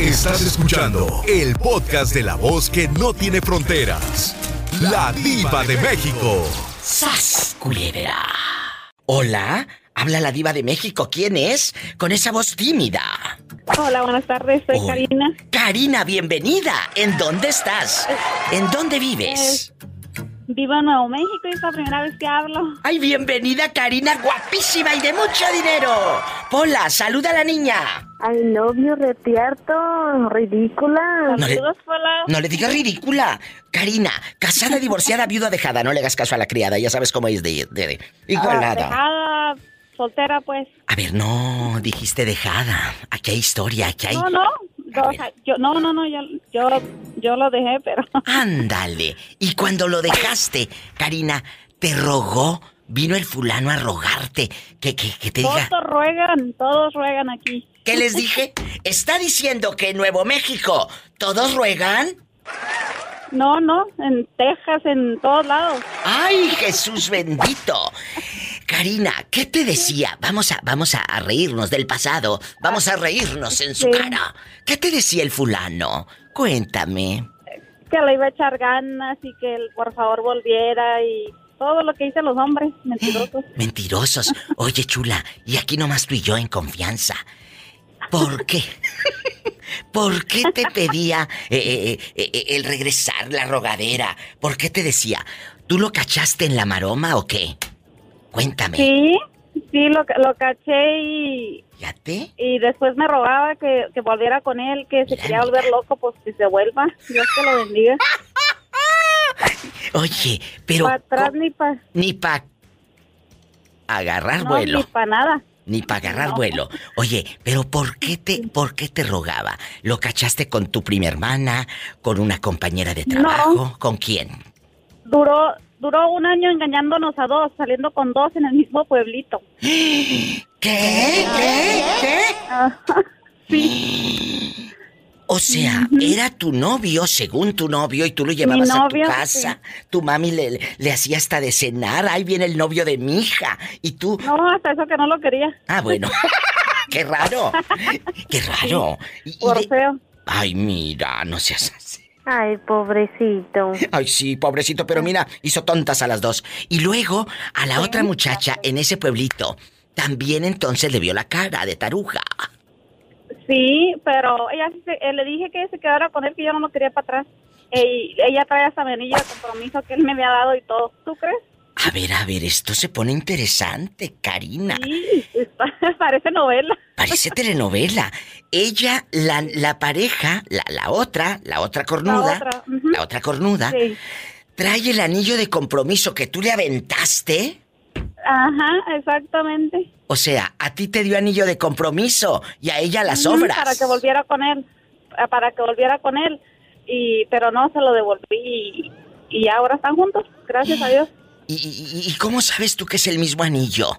Estás escuchando el podcast de la voz que no tiene fronteras. La Diva de México. ¡Sas, culebra! Hola, habla la Diva de México. ¿Quién es? Con esa voz tímida. Hola, buenas tardes, soy Karina. Karina, bienvenida. ¿En dónde estás? ¿En dónde vives? Vivo en Nuevo México y es la primera vez que hablo. ¡Ay, bienvenida, Karina, guapísima y de mucho dinero! Pola, saluda a la niña. I love you, retierto, ridícula. Saludos, Pola. No le digas ridícula. Karina, casada, divorciada, viuda, dejada. No le hagas caso a la criada, ya sabes cómo es de igualada. Dejada, soltera, pues. A ver, no, dijiste dejada. Aquí hay historia, aquí hay... No, yo lo dejé, pero... Ándale. Y cuando lo dejaste, Karina, ¿te rogó? ¿Vino el fulano a rogarte? Que te diga... Todos ruegan aquí. ¿Qué les dije? ¿Está diciendo que en Nuevo México todos ruegan? No, en Texas, en todos lados. ¡Ay, Jesús bendito! Karina, ¿qué te decía? Vamos a reírnos del pasado. Vamos a reírnos en su cara. ¿Qué te decía el fulano? Cuéntame. Que le iba a echar ganas y que él, por favor, volviera y... todo lo que dicen los hombres, mentirosos. Mentirosos. Oye, chula, y aquí nomás tú y yo en confianza. ¿Por qué? ¿Por qué te pedía el regresar, la rogadera? ¿Por qué te decía? ¿Tú lo cachaste en la maroma o qué? Cuéntame. Sí, lo caché y... ¿Fíjate? Y después me rogaba que volviera con él, que se quería volver loco, pues que se vuelva. Dios te lo bendiga. Oye, pero... Para atrás ni pa' agarrar vuelo. Ni para nada. Ni para agarrar vuelo. Oye, pero ¿por qué te rogaba? ¿Lo cachaste con tu prima hermana? ¿Con una compañera de trabajo? No. ¿Con quién? Duró 1 año engañándonos a 2, saliendo con 2 en el mismo pueblito. ¿Qué? Sí. O sea, era tu novio, según tu novio, y tú lo llevabas a tu casa. Sí. Tu mami le hacía hasta de cenar. Ahí viene el novio de mi hija. Y tú... No, hasta eso que no lo quería. Ah, bueno. ¡Qué raro! ¡Qué raro! Sí, por feo. Ay, mira, no seas así. Ay, pobrecito. Ay, sí, pobrecito, pero mira, hizo tontas a las 2. Y luego, a la otra muchacha en ese pueblito, también entonces le vio la cara de taruga. Sí, pero le dije que se quedara con él, que yo no lo quería para atrás. Ella trae hasta mi anillo de compromiso que él me había dado y todo. ¿Tú crees? A ver, esto se pone interesante, Karina. Sí, parece novela. Parece telenovela. Ella, la pareja, la otra cornuda, la otra cornuda, sí, trae el anillo de compromiso que tú le aventaste. Ajá, exactamente. O sea, a ti te dio anillo de compromiso y a ella las obras. Para que volviera con él. Pero no, se lo devolví y ahora están juntos, gracias a Dios. ¿Y cómo sabes tú que es el mismo anillo?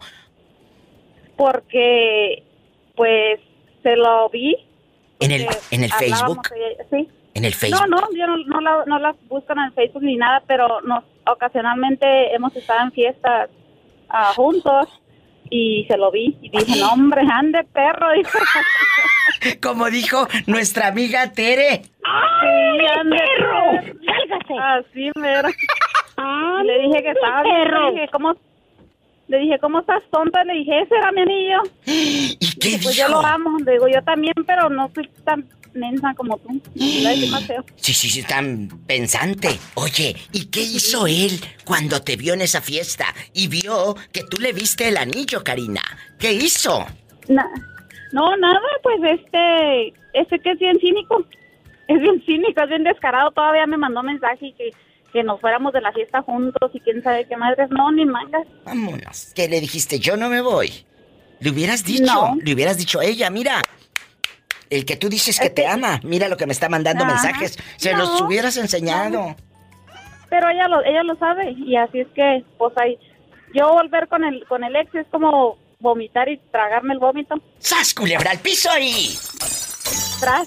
Porque, pues, se lo vi. ¿En el Facebook? Sí. ¿En el Facebook? No, yo no la busco en el Facebook ni nada, pero ocasionalmente hemos estado en fiestas juntos y se lo vi y dije, no, hombre, ande perro, dijo. Como dijo nuestra amiga Tere. ¡Ay, sí, ande perro! ¡Sálgase! Así mero. Le dije que estaba bien, le dije, ¿cómo estás tonta? Le dije, ese era mi anillo. ¿Y qué dijo? Pues yo lo amo, le digo, yo también, pero no soy tan mensa como tú. Sí, tan pensante. Oye, ¿y qué hizo él cuando te vio en esa fiesta y vio que tú le viste el anillo, Karina? ¿Qué hizo? No, nada, pues que es bien cínico. Es bien descarado. Todavía me mandó mensaje y que nos fuéramos de la fiesta juntos y quién sabe qué madres. No, ni mangas. Vámonos. ¿Qué le dijiste? Yo no me voy. Le hubieras dicho. No. Le hubieras dicho a ella, mira. El que tú dices que te ama. Mira lo que me está mandando mensajes. Se los hubieras enseñado. No. Pero ella lo sabe. Y así es que, pues ahí. Yo volver con el ex es como vomitar y tragarme el vómito. ¡Sas, culebra al piso ahí! Tras.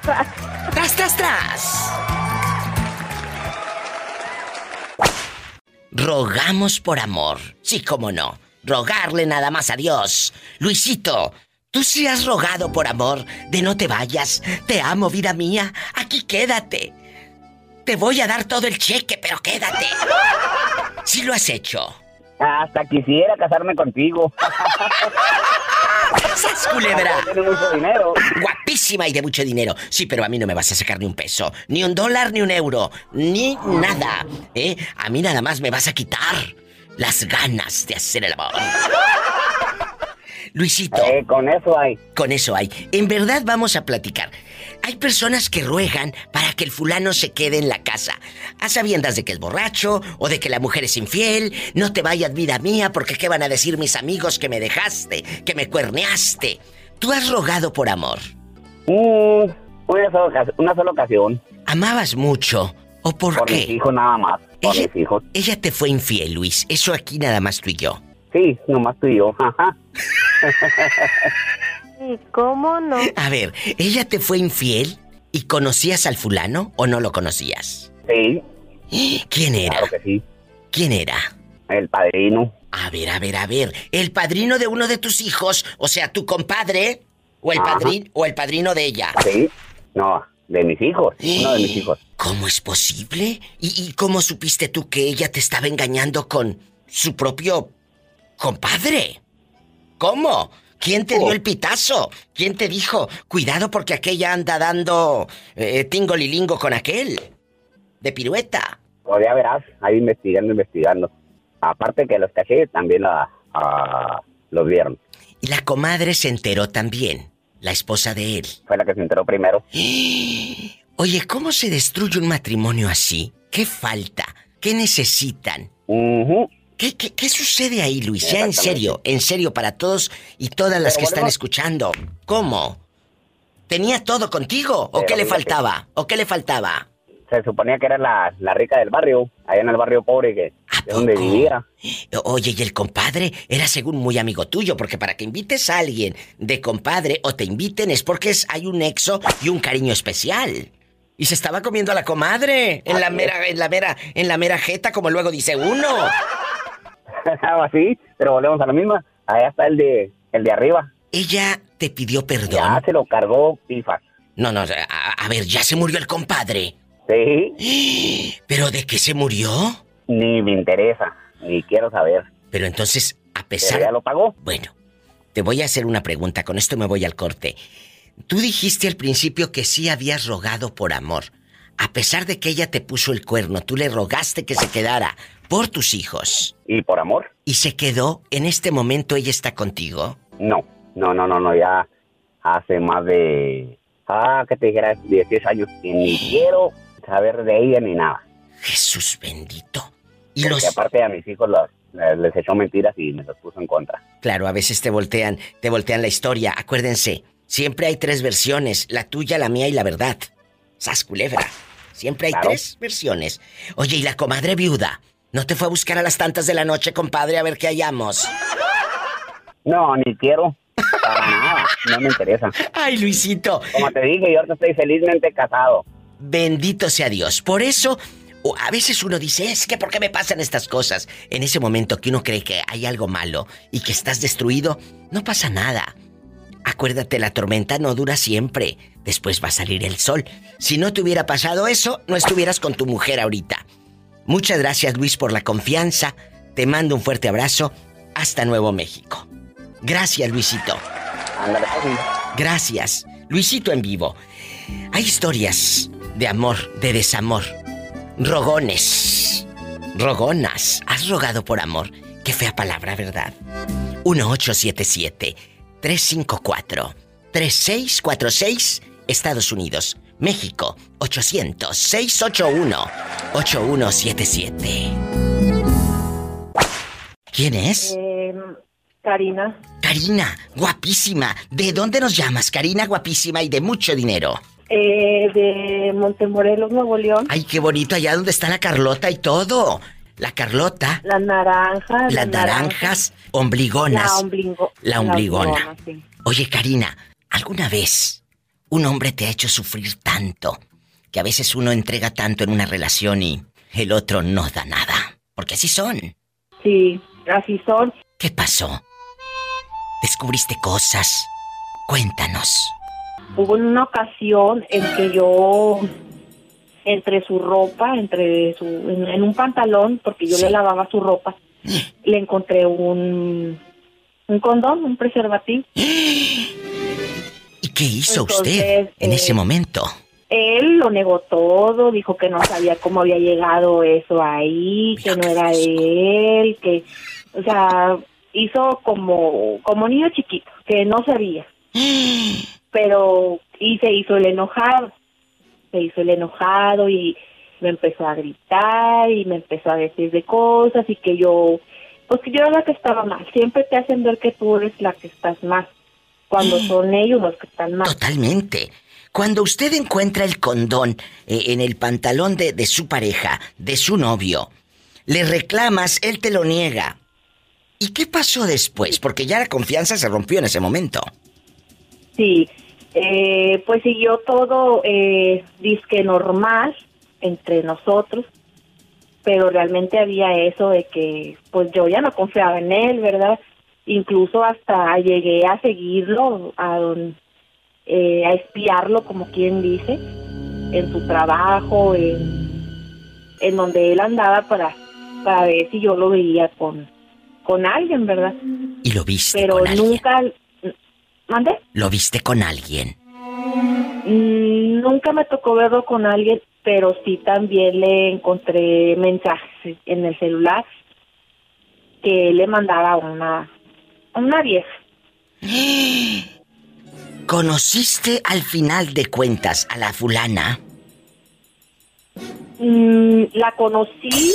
¡Tras! Rogamos por amor. Sí, cómo no. Rogarle nada más a Dios. Luisito, Tú sí has rogado por amor de no te vayas. Te amo, vida mía. Aquí quédate. Te voy a dar todo el cheque, pero quédate. Sí lo has hecho. Hasta quisiera casarme contigo. ¡Sas, culebra! Tienes mucho dinero. Guapísima y de mucho dinero. Sí, pero a mí no me vas a sacar ni un peso, ni un dólar, ni un euro, ni nada. A mí nada más me vas a quitar las ganas de hacer el amor. Luisito. Con eso hay. Con eso hay. En verdad vamos a platicar. Hay personas que ruegan para que el fulano se quede en la casa, a sabiendas de que es borracho o de que la mujer es infiel. No te vayas, vida mía, porque ¿qué van a decir mis amigos que me dejaste, que me cuerneaste? ¿Tú has rogado por amor? Una sola ocasión. ¿Amabas mucho? ¿O por qué? Por mis hijos nada más. Por mis hijos. Ella te fue infiel, Luis. Eso aquí nada más tú y yo. Sí, nomás tú y yo. Ajá. ¿Y cómo no? A ver, ¿ella te fue infiel y conocías al fulano o no lo conocías? Sí. ¿Quién era? Claro que sí. ¿Quién era? El padrino. A ver. ¿El padrino de uno de tus hijos? O sea, ¿tu compadre? ¿O el padrino de ella? Sí. No, de mis hijos. Uno de mis hijos. ¿Cómo es posible? ¿Y cómo supiste tú que ella te estaba engañando con su propio compadre? ¿Cómo? ¿Quién te dio el pitazo? ¿Quién te dijo? Cuidado porque aquella anda dando tingolilingo con aquel. De pirueta. Pues ya verás, ahí investigando. Aparte que los caché, también los vieron. Y la comadre se enteró también, la esposa de él. Fue la que se enteró primero. Oye, ¿cómo se destruye un matrimonio así? ¿Qué falta? ¿Qué necesitan? ¿Qué sucede ahí, Luis? Ya en serio, para todos y todas las que están escuchando. ¿Cómo? ¿Tenía todo contigo? ¿O qué le faltaba? Se suponía que era la rica del barrio, allá en el barrio pobre de donde vivía. Oye, y el compadre era según muy amigo tuyo, porque para que invites a alguien de compadre o te inviten es porque hay un nexo y un cariño especial. Y se estaba comiendo a la comadre en la mera jeta, como luego dice uno. Así, pero volvemos a la misma. Allá está el de arriba. Ella te pidió perdón. Ya se lo cargó pifas. No, a ver, ya se murió el compadre. Sí. ¿Pero de qué se murió? Ni me interesa, ni quiero saber. Pero entonces, a pesar... ¿Pero ya lo pagó? Bueno, te voy a hacer una pregunta, con esto me voy al corte. Tú dijiste al principio que sí habías rogado por amor. A pesar de que ella te puso el cuerno, tú le rogaste que se quedara por tus hijos. ¿Y por amor? ¿Y se quedó? ¿En este momento ella está contigo? No, ya hace más de... que te dijera, 16 años. Y ni quiero saber de ella ni nada. Jesús bendito. Porque aparte a mis hijos les echó mentiras y me los puso en contra. Claro, a veces te voltean la historia. Acuérdense, siempre hay 3 versiones. La tuya, la mía y la verdad. ¡Sas, culebra! Siempre hay 3 versiones. Oye, ¿y la comadre viuda? ¿No te fue a buscar a las tantas de la noche, compadre, a ver qué hallamos? No, ni quiero. Para nada, no me interesa. Ay, Luisito. Como te dije, yo ahorita estoy felizmente casado. Bendito sea Dios. Por eso, a veces uno dice, es que ¿por qué me pasan estas cosas? En ese momento que uno cree que hay algo malo y que estás destruido, no pasa nada. Acuérdate, la tormenta no dura siempre. Después va a salir el sol. Si no te hubiera pasado eso, no estuvieras con tu mujer ahorita. Muchas gracias, Luis, por la confianza. Te mando un fuerte abrazo. Hasta Nuevo México. Gracias, Luisito. Gracias. Luisito en vivo. Hay historias de amor, de desamor. Rogones. Rogonas. ¿Has rogado por amor? Qué fea palabra, ¿verdad? 1877-354-3646, Estados Unidos. México, 800-681-8177. ¿Quién es? Karina. Karina, guapísima. ¿De dónde nos llamas, Karina, guapísima y de mucho dinero? De Montemorelos, Nuevo León. Ay, qué bonito, allá donde está la Carlota y todo. La Carlota. La naranja. Las naranjas ombligonas. La ombligona. Sí. Oye, Karina, ¿alguna vez un hombre te ha hecho sufrir tanto que a veces uno entrega tanto en una relación y el otro no da nada? Porque así son. Sí, así son. ¿Qué pasó? ¿Descubriste cosas? Cuéntanos. Hubo una ocasión en que yo, entre su ropa, en un pantalón, porque yo le lavaba su ropa, le encontré un condón, un preservativo. ¿Y qué hizo Entonces, usted en ese momento? Él lo negó todo, dijo que no sabía cómo había llegado eso ahí, Mira que no qué era cosa. de él, que, o sea, hizo como niño chiquito, que no sabía. Pero, y se hizo el enojado y me empezó a gritar y me empezó a decir de cosas y que yo, pues que yo era la que estaba mal. Siempre te hacen ver que tú eres la que estás mal, cuando son ellos los que están mal. Totalmente. Cuando usted encuentra el condón en el pantalón de su pareja, de su novio, le reclamas, él te lo niega. ¿Y qué pasó después? Porque ya la confianza se rompió en ese momento. Sí, pues siguió todo disque normal entre nosotros, pero realmente había eso de que pues yo ya no confiaba en él, ¿verdad? Incluso hasta llegué a seguirlo, a espiarlo, como quien dice, en su trabajo, en donde él andaba para ver si yo lo veía con alguien, ¿verdad? ¿Y lo viste Pero con alguien? nunca... ¿Mande? ¿Lo viste con alguien? Nunca me tocó verlo con alguien, pero sí también le encontré mensajes en el celular que le mandaba a una vieja. ¿Conociste al final de cuentas a la fulana? La conocí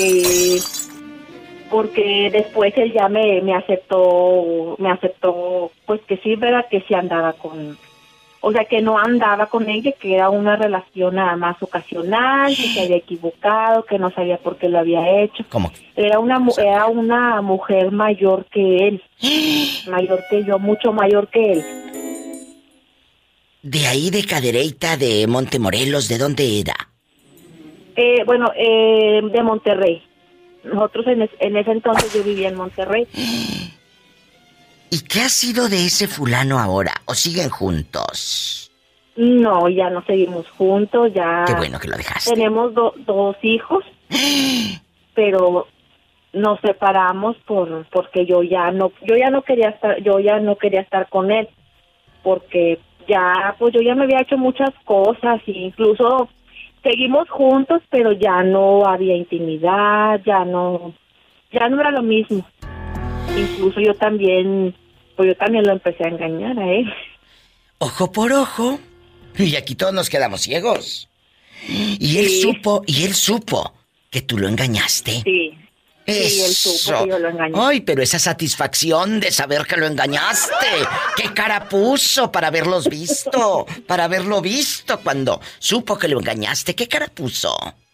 porque después él ya me aceptó, pues que sí, ¿verdad? Que sí andaba o sea, que no andaba con ella, que era una relación nada más ocasional, que se había equivocado, que no sabía por qué lo había hecho. ¿Cómo? Era una mujer mayor que él, mayor que yo, mucho mayor que él. ¿De ahí de Cadereyta, de Montemorelos, de dónde era? De Monterrey. Nosotros en ese entonces yo vivía en Monterrey. ¿Y qué ha sido de ese fulano ahora? ¿O siguen juntos? No, ya no seguimos juntos, ya... Qué bueno que lo dejaste. Tenemos dos hijos, pero nos separamos porque yo ya no quería estar con él, porque pues yo ya me había hecho muchas cosas, e incluso seguimos juntos, pero ya no había intimidad, ya no era lo mismo. Incluso yo también lo empecé a engañar a él. Ojo por ojo. Y aquí todos nos quedamos ciegos. Y él supo que tú lo engañaste. Sí. Eso. Sí, él supo que yo lo engañé. Ay, pero esa satisfacción de saber que lo engañaste. ¿Qué cara puso para haberlo visto cuando supo que lo engañaste? ¿Qué cara puso?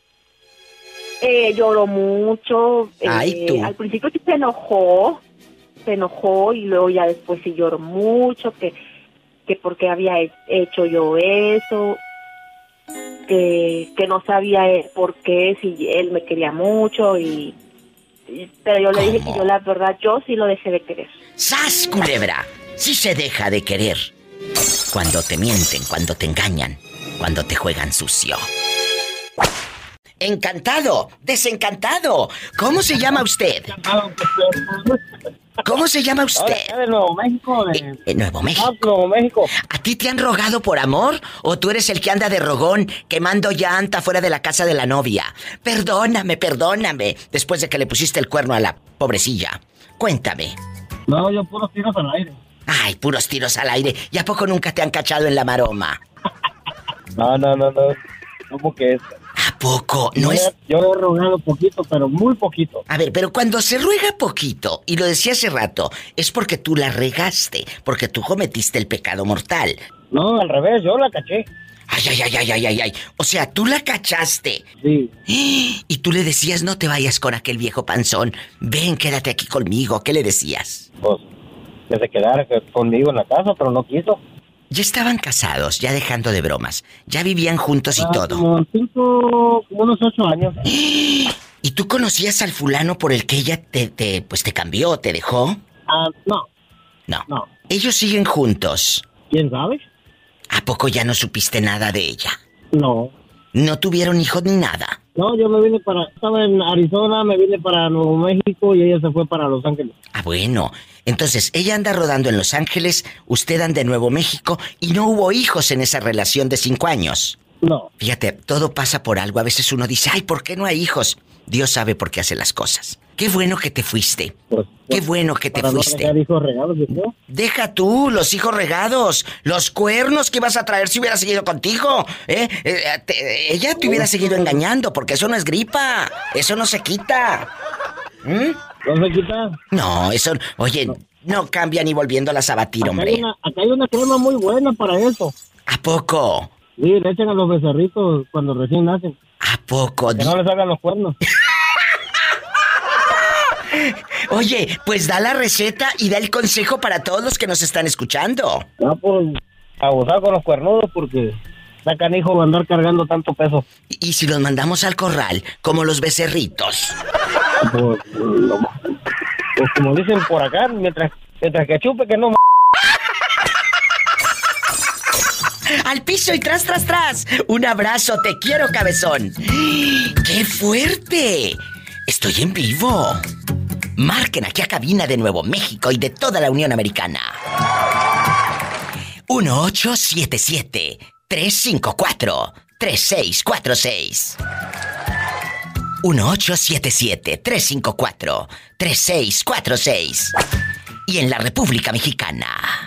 Lloró mucho. Ay, tú. Al principio sí se enojó y luego ya después sí lloró mucho, que porque había hecho yo eso, que no sabía por qué, si él me quería mucho pero yo le dije que yo la verdad, yo sí lo dejé de querer. ¡Sas, culebra! Sí se deja de querer. Cuando te mienten, cuando te engañan, cuando te juegan sucio. Encantado, desencantado. ¿Cómo se llama usted? ¿Cómo se llama usted? De Nuevo México. Nuevo México. Nuevo México. ¿A ti te han rogado por amor? ¿O tú eres el que anda de rogón quemando llanta fuera de la casa de la novia? Perdóname. Después de que le pusiste el cuerno a la pobrecilla. Cuéntame. No, yo puros tiros al aire. Ay, puros tiros al aire. ¿Y a poco nunca te han cachado en la maroma? No. ¿Cómo que es? ¿A poco? No es... Yo he rogado poquito, pero muy poquito. A ver, pero cuando se ruega poquito, y lo decía hace rato, es porque tú la regaste, porque tú cometiste el pecado mortal. No, al revés, yo la caché. Ay. O sea, tú la cachaste. Sí. Y tú le decías, no te vayas con aquel viejo panzón. Ven, quédate aquí conmigo. ¿Qué le decías? Pues, que se quedara conmigo en la casa, pero no quiso. Ya estaban casados, ya dejando de bromas. Ya vivían juntos y todo. Como unos 8 años. ¿Y tú conocías al fulano por el que ella te cambió, te dejó? No. No. ¿Ellos siguen juntos? ¿Quién sabe? ¿A poco ya no supiste nada de ella? No. ¿No tuvieron hijos ni nada? No, yo me vine estaba en Arizona, me vine para Nuevo México y ella se fue para Los Ángeles. Ah, bueno. Entonces, ella anda rodando en Los Ángeles, usted anda en Nuevo México y no hubo hijos en esa relación de 5 años. No. Fíjate, todo pasa por algo. A veces uno dice, ay, ¿por qué no hay hijos? Dios sabe por qué hace las cosas. Qué bueno que te fuiste. Qué bueno que te fuiste. Para no dejar hijos regados, ¿no? Deja tú los hijos regados, los cuernos que ibas a traer si hubiera seguido contigo. Ella te hubiera seguido engañando porque eso no es gripa. Eso no se quita. ¿No se quita? No, eso... Oye, no cambia ni volviéndolas a batir, hombre. Acá hay una crema muy buena para eso. ¿A poco? Sí, le echan a los becerritos cuando recién nacen. ¿A poco? Que no les hagan los cuernos. Oye, pues da la receta y da el consejo para todos los que nos están escuchando. No, pues, abusar con los cuernudos porque está canijo andar cargando tanto peso. ¿Y si los mandamos al corral, como los becerritos? Pues como dicen por acá, mientras que chupe, que no... ¡Al piso y tras, tras, tras! ¡Un abrazo! ¡Te quiero, cabezón! ¡Qué fuerte! ¡Estoy en vivo! Marquen aquí a cabina de Nuevo México y de toda la Unión Americana. 1877-354-3646. 1877-354-3646. Y en la República Mexicana,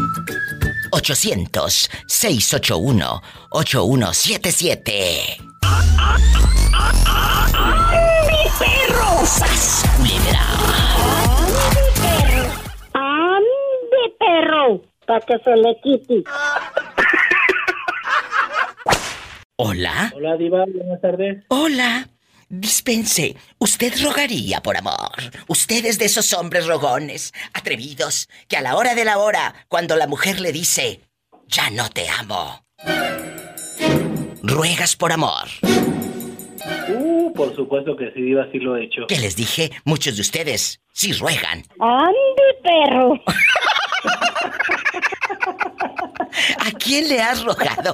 800-681-8177. ¡Mi perro! ¡Sas, culebra! ¡Ande, perro! Para que se le quite. ¿Hola? Hola, Diva, buenas tardes. Hola. Dispense, ¿usted rogaría por amor? ¿Usted es de esos hombres rogones, atrevidos, que a la hora de la hora, cuando la mujer le dice, ya no te amo, ruegas por amor? Por supuesto que sí, Diva, sí lo he hecho. ¿Qué les dije? Muchos de ustedes sí ruegan. ¡Ande, perro! ¿A quién le has rogado?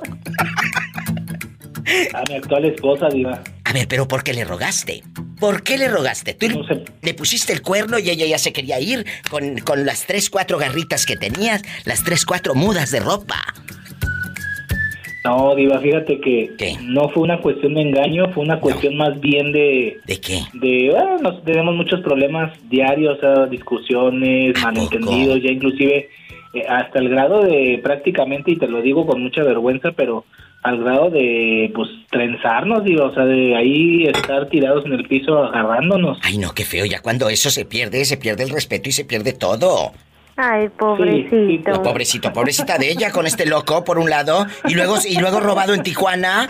A mi actual esposa, Diva. A ver, pero ¿por qué le rogaste? ¿Por qué le rogaste? Tú no sé. Le pusiste el cuerno y ella ya se quería ir con las 3, 4 garritas que tenías, las 3, 4 mudas de ropa. No, Diva, fíjate que ¿Qué? No fue una cuestión de engaño, fue una cuestión más bien de... ¿De qué? Nos tenemos muchos problemas diarios, discusiones, malentendidos, ya inclusive hasta el grado de prácticamente, y te lo digo con mucha vergüenza, pero al grado de, pues, trenzarnos, digo, o sea, de ahí estar tirados en el piso agarrándonos. Ay, no, qué feo, ya cuando eso se pierde el respeto y se pierde todo. Ay, pobrecito. No, pobrecito, pobrecita de ella con este loco por un lado y luego robado en Tijuana.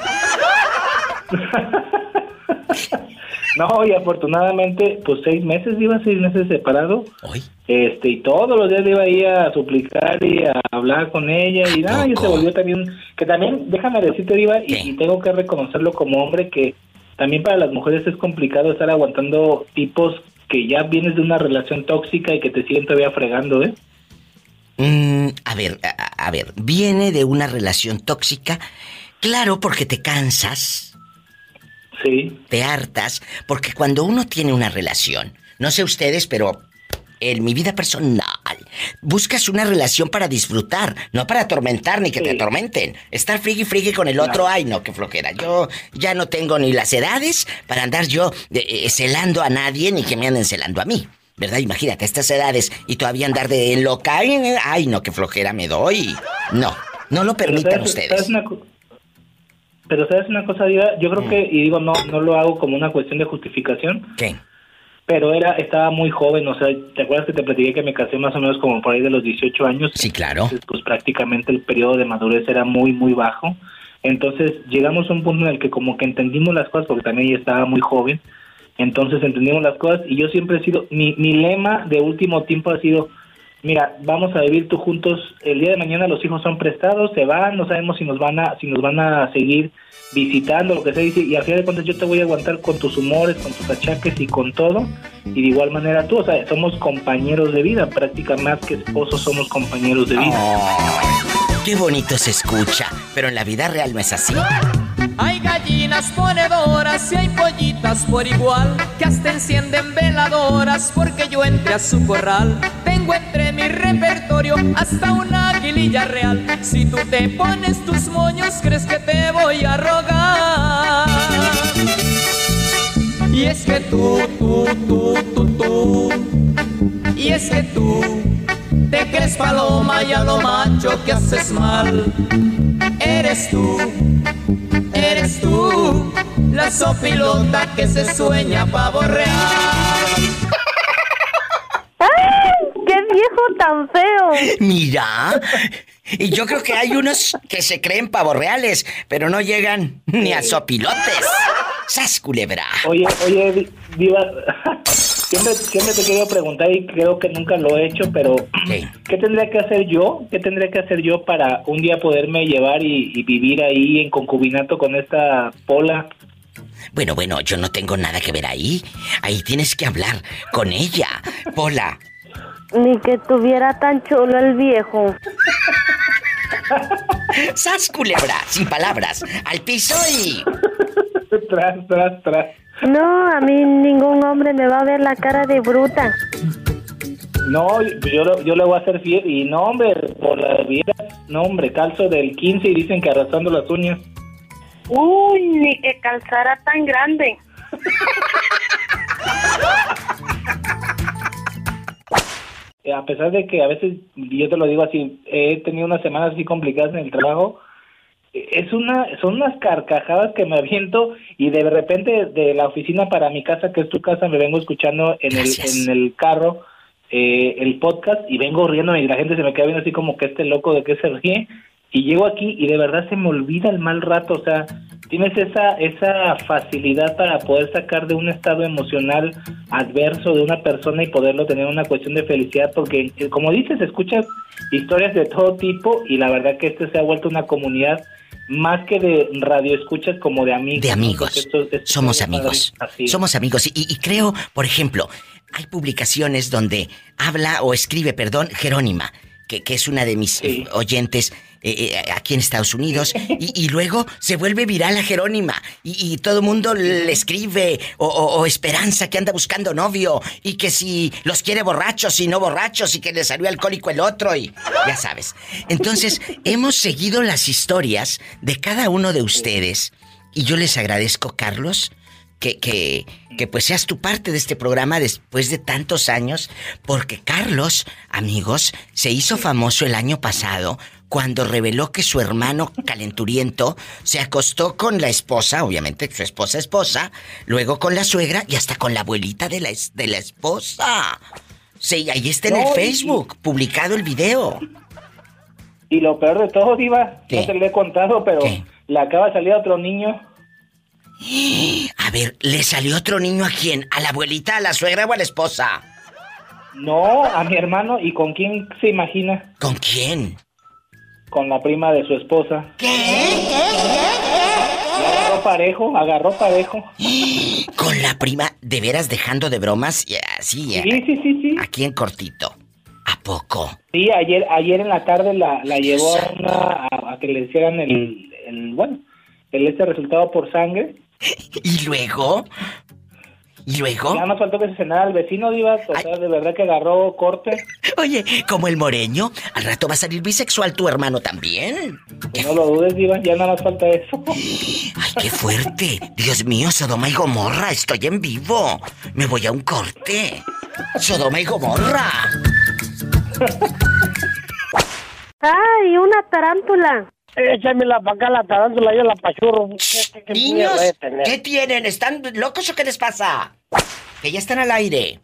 No, y afortunadamente, pues 6 meses separado. ¿Hoy? Y todos los días le iba ahí a suplicar y a hablar con ella. Y nada, y se volvió también, que también, déjame decirte, Diva, y tengo que reconocerlo como hombre, que también para las mujeres es complicado estar aguantando tipos que ya vienes de una relación tóxica y que te siguen todavía fregando, ¿eh? A ver, viene de una relación tóxica, claro, porque te cansas. Sí. Te hartas, porque cuando uno tiene una relación, no sé ustedes, pero en mi vida personal, buscas una relación para disfrutar, no para atormentar ni que te atormenten. Estar frigui con el otro, ay no, qué flojera. Yo ya no tengo ni las edades para andar yo celando a nadie ni que me anden celando a mí. ¿Verdad? Imagínate, estas edades y todavía andar de loca. Ay no, qué flojera me doy. No lo permitan ustedes. Pero ¿sabes una cosa, Diva? Yo creo que, y digo, no lo hago como una cuestión de justificación. ¿Qué? Pero estaba muy joven, o sea, ¿te acuerdas que te platiqué que me casé más o menos como por ahí de los 18 años? Sí, claro. Entonces, pues prácticamente el periodo de madurez era muy, muy bajo. Entonces llegamos a un punto en el que como que entendimos las cosas, porque también ella estaba muy joven. Entonces entendimos las cosas y yo siempre he sido, mi lema de último tiempo ha sido, mira, vamos a vivir tú juntos, el día de mañana los hijos son prestados, se van, no sabemos si nos van a seguir visitando, lo que se dice, y al final de cuentas yo te voy a aguantar con tus humores, con tus achaques y con todo, y de igual manera tú, o sea, somos compañeros de vida, prácticamente más que esposos somos compañeros de vida. Oh, qué bonito se escucha, pero en la vida real no es así. Hay gallinas ponedoras y hay pollitas por igual, que hasta encienden veladoras porque yo entre a su corral. Tengo entre mi repertorio hasta una aguililla real. Si tú te pones tus moños, crees que te voy a rogar. Y es que tú. Y es que tú te crees paloma y a lo macho que haces mal. Eres tú, la sopilota que se sueña pavo real. ¡Ay, qué viejo tan feo! Mira, y yo creo que hay unos que se creen pavos reales, pero no llegan ni a sopilotes. ¡Sas, culebra! Oye, Diva, siempre te quería preguntar y creo que nunca lo he hecho, pero ¿qué tendría que hacer yo? ¿Qué tendría que hacer yo para un día poderme llevar y vivir ahí en concubinato con esta Pola? Bueno, yo no tengo nada que ver ahí. Ahí tienes que hablar con ella, Pola. Ni que tuviera tan chulo el viejo. ¡Sas, culebra! Sin palabras, al piso y... Tras. No, a mí ningún hombre me va a ver la cara de bruta. No, yo le voy a hacer fiel. Y no, hombre, por la vida, no, hombre, calzo del 15 y dicen que arrastrando las uñas. Uy, ni que calzara tan grande. A pesar de que a veces, yo te lo digo así, he tenido unas semanas así complicadas en el trabajo, son unas carcajadas que me aviento y de repente de la oficina para mi casa, que es tu casa, me vengo escuchando en el carro el podcast y vengo riéndome y la gente se me queda viendo así como que este loco de qué se ríe, y llego aquí y de verdad se me olvida el mal rato. O sea, tienes esa facilidad para poder sacar de un estado emocional adverso de una persona y poderlo tener una cuestión de felicidad, porque como dices, escuchas historias de todo tipo y la verdad que se ha vuelto una comunidad más que de radio escuchas, como de amigos. De amigos. Somos amigos. Somos amigos. Y creo, por ejemplo, hay publicaciones donde habla o escribe, Jerónima, que es una de mis oyentes aquí en Estados Unidos, y luego se vuelve viral a Jerónima, y todo el mundo le escribe, o Esperanza, que anda buscando novio, y que si los quiere borrachos y no borrachos, y que le salió alcohólico el otro, y ya sabes. Entonces, hemos seguido las historias de cada uno de ustedes, y yo les agradezco, Carlos, que pues seas tu parte de este programa después de tantos años, porque Carlos, amigos, se hizo famoso el año pasado cuando reveló que su hermano calenturiento se acostó con la esposa, obviamente su esposa, luego con la suegra y hasta con la abuelita de la esposa. Sí, ahí está en el Facebook, publicado el video. Y lo peor de todo, Diva, ¿qué? No te lo he contado, pero le acaba de salir a otro niño. A ver, ¿le salió otro niño a quién? ¿A la abuelita, a la suegra o a la esposa? No, a mi hermano. ¿Y con quién se imagina? ¿Con quién? Con la prima de su esposa. ¿Qué? Agarró parejo. Con la prima, de veras dejando de bromas, así. Sí. Aquí en cortito. ¿A poco? Sí, ayer en la tarde la llevó a que le hicieran el resultado por sangre. ¿Y luego? Nada más faltó que se cenara al vecino, Diva. O sea, de verdad que agarró corte. Oye, como el moreño, al rato va a salir bisexual tu hermano también. Pues no lo dudes, Diva, ya nada más falta eso. Ay, qué fuerte. Dios mío, Sodoma y Gomorra, estoy en vivo. Me voy a un corte. Sodoma y Gomorra. ¡Ay, una tarántula! Échamela para acá, la tarántula, yo la pachurro. Niños, ¿qué tienen? ¿Están locos o qué les pasa? Que ya están al aire.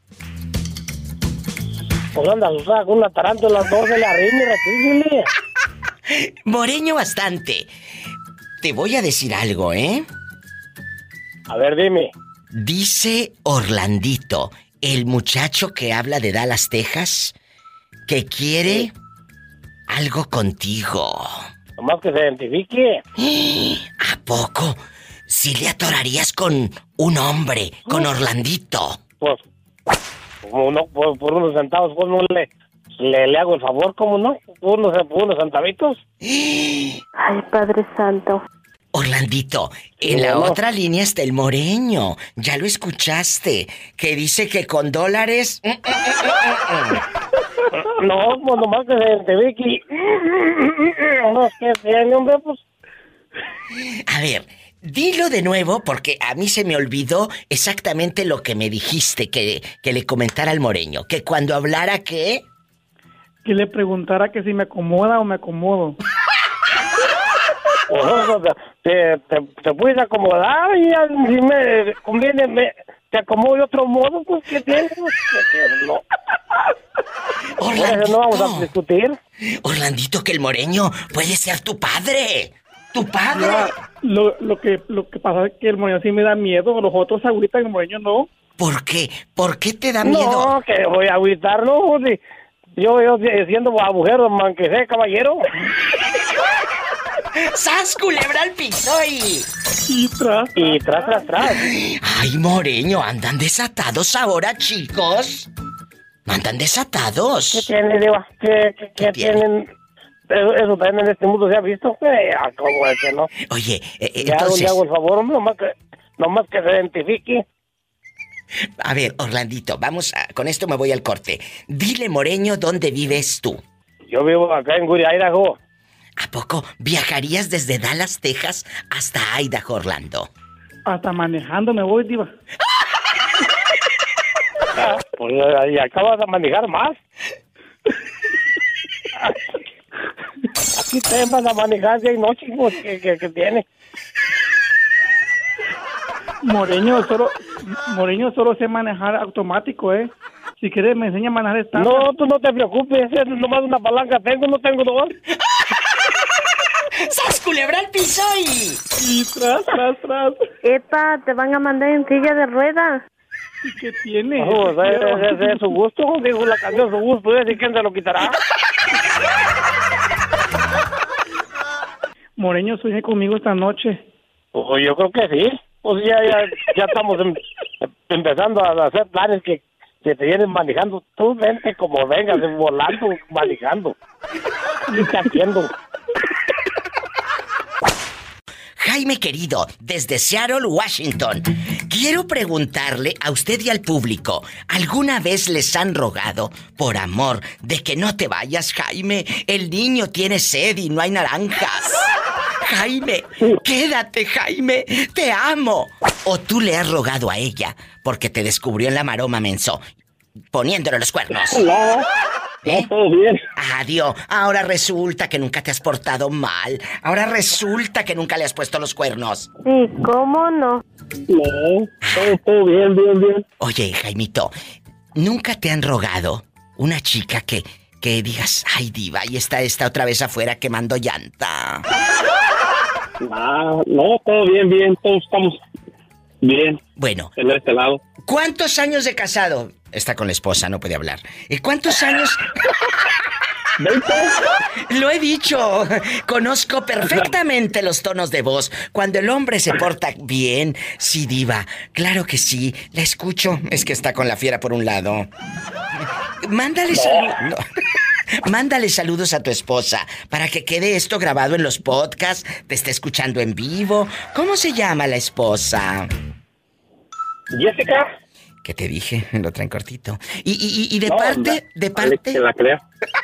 Pues anda, con una tarántula, no se le arrime, retígile. Moreño bastante. Te voy a decir algo, ¿eh? A ver, dime. Dice Orlandito, el muchacho que habla de Dallas, Texas, que quiere algo contigo. Nomás que se identifique. ¿A poco? ¿Si le atorarías con un hombre, con Orlandito? Pues, como no, por unos centavos, pues no le hago el favor, ¿cómo no? Unos centavitos. Ay, Padre Santo. Orlandito, en la otra línea está el Moreño. Ya lo escuchaste, que dice que con dólares... No, pues nomás que se identifique. No, es que tiene, hombre, pues... A ver, dilo de nuevo porque a mí se me olvidó exactamente lo que me dijiste que le comentara al Moreño. Que cuando hablara, ¿qué? Que le preguntara que si me acomoda o me acomodo. Te puedes acomodar y si me conviene te acomodo de otro modo, pues ¿qué tienes? No. Orlandito, no vamos a discutir. Orlandito, que el Moreño puede ser tu padre. ¡Tu padre! Ya, lo que pasa es que el Moreño sí me da miedo. Los otros agüitan, el Moreño no. ¿Por qué? ¿Por qué te da miedo? No, que voy a agüitar, no. Yo siendo agujero, manque sé, caballero. ¡Sas, culebra al piso y tras! Ay, Moreño, ¿andan desatados ahora, chicos? ¿Andan desatados? ¿Qué tienen, Diva? ¿Qué tienen? Eso también en este mundo se ha visto. ¿Cómo es que no? Oye, entonces... Le hago el favor, hombre, nomás que se identifique. A ver, Orlandito, con esto me voy al corte. Dile, Moreño, ¿dónde vives tú? Yo vivo acá en Guri, Idaho. ¿A poco viajarías desde Dallas, Texas, hasta Idaho, Orlando? Hasta manejando me voy, Diva. Pues ahí acabas de manejar más. Aquí te vas a manejar día y noche, pues, ¿qué tiene? Moreño solo sé manejar automático, ¿eh? Si quieres me enseña a manejar estándar. No, tú no te preocupes, es nomás una palanca no tengo dos. ¡Sas, culebra al piso y tras! Epa, te van a mandar en silla de ruedas. ¿Y qué tiene? No, es su gusto, digo la canción su gusto, ¿y quién se lo quitará? Moreño, sueñe conmigo esta noche. Pues yo creo que sí. Pues ya estamos empezando a hacer planes que te vienen manejando. Tú vente como vengas, volando, manejando. ¿Qué estás haciendo? Jaime querido, desde Seattle, Washington, quiero preguntarle a usted y al público, ¿alguna vez les han rogado, por amor, de que no te vayas, Jaime? El niño tiene sed y no hay naranjas. Jaime, quédate, Jaime, te amo. O tú le has rogado a ella porque te descubrió en la maroma, menso, poniéndole los cuernos. No, todo bien. Adiós. Ahora resulta que nunca te has portado mal. Ahora resulta que nunca le has puesto los cuernos. Sí, ¿cómo no? No, todo bien. Oye, Jaimito, ¿nunca te han rogado una chica que digas, ay, diva, y está esta otra vez afuera quemando llanta? No, todo bien, todos estamos bien. Bueno. En este lado. ¿Cuántos años de casado? Está con la esposa, no puede hablar. ¿Y cuántos años? 20. Lo he dicho. Conozco perfectamente los tonos de voz. Cuando el hombre se porta bien, sí, diva. Claro que sí. La escucho. Es que está con la fiera por un lado. Mándale saludos. No. Mándale saludos a tu esposa para que quede esto grabado en los podcasts, te esté escuchando en vivo. ¿Cómo se llama la esposa? Jessica. ¿Qué te dije? Lo traen cortito. Y de parte... Que la crea.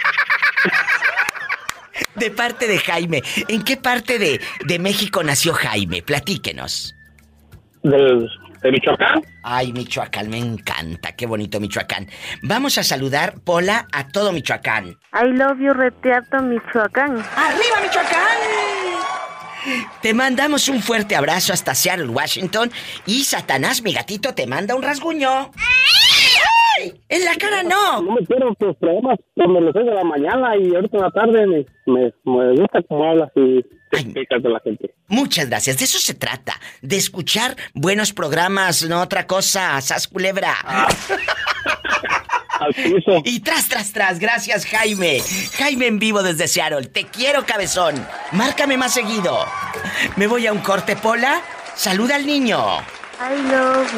De parte de Jaime. ¿En qué parte de México nació Jaime? Platíquenos. ¿De Michoacán? Ay, Michoacán, me encanta. Qué bonito Michoacán. Vamos a saludar, Pola, a todo Michoacán. I love you, Reteato, Michoacán. ¡Arriba, Michoacán! Te mandamos un fuerte abrazo hasta Seattle, Washington. Y Satanás, mi gatito, te manda un rasguño. ¡Ay! ¡En la cara no! No me quiero tus problemas cuando los de la mañana y ahorita en la tarde me gusta cómo hablas y te explicas de la gente. Muchas gracias. De eso se trata. De escuchar buenos programas, no otra cosa. ¡Sas, culebra! Al piso. Y tras. Gracias, Jaime. Jaime en vivo desde Seattle. Te quiero, cabezón. Márcame más seguido. Me voy a un corte, Pola. Saluda al niño. I love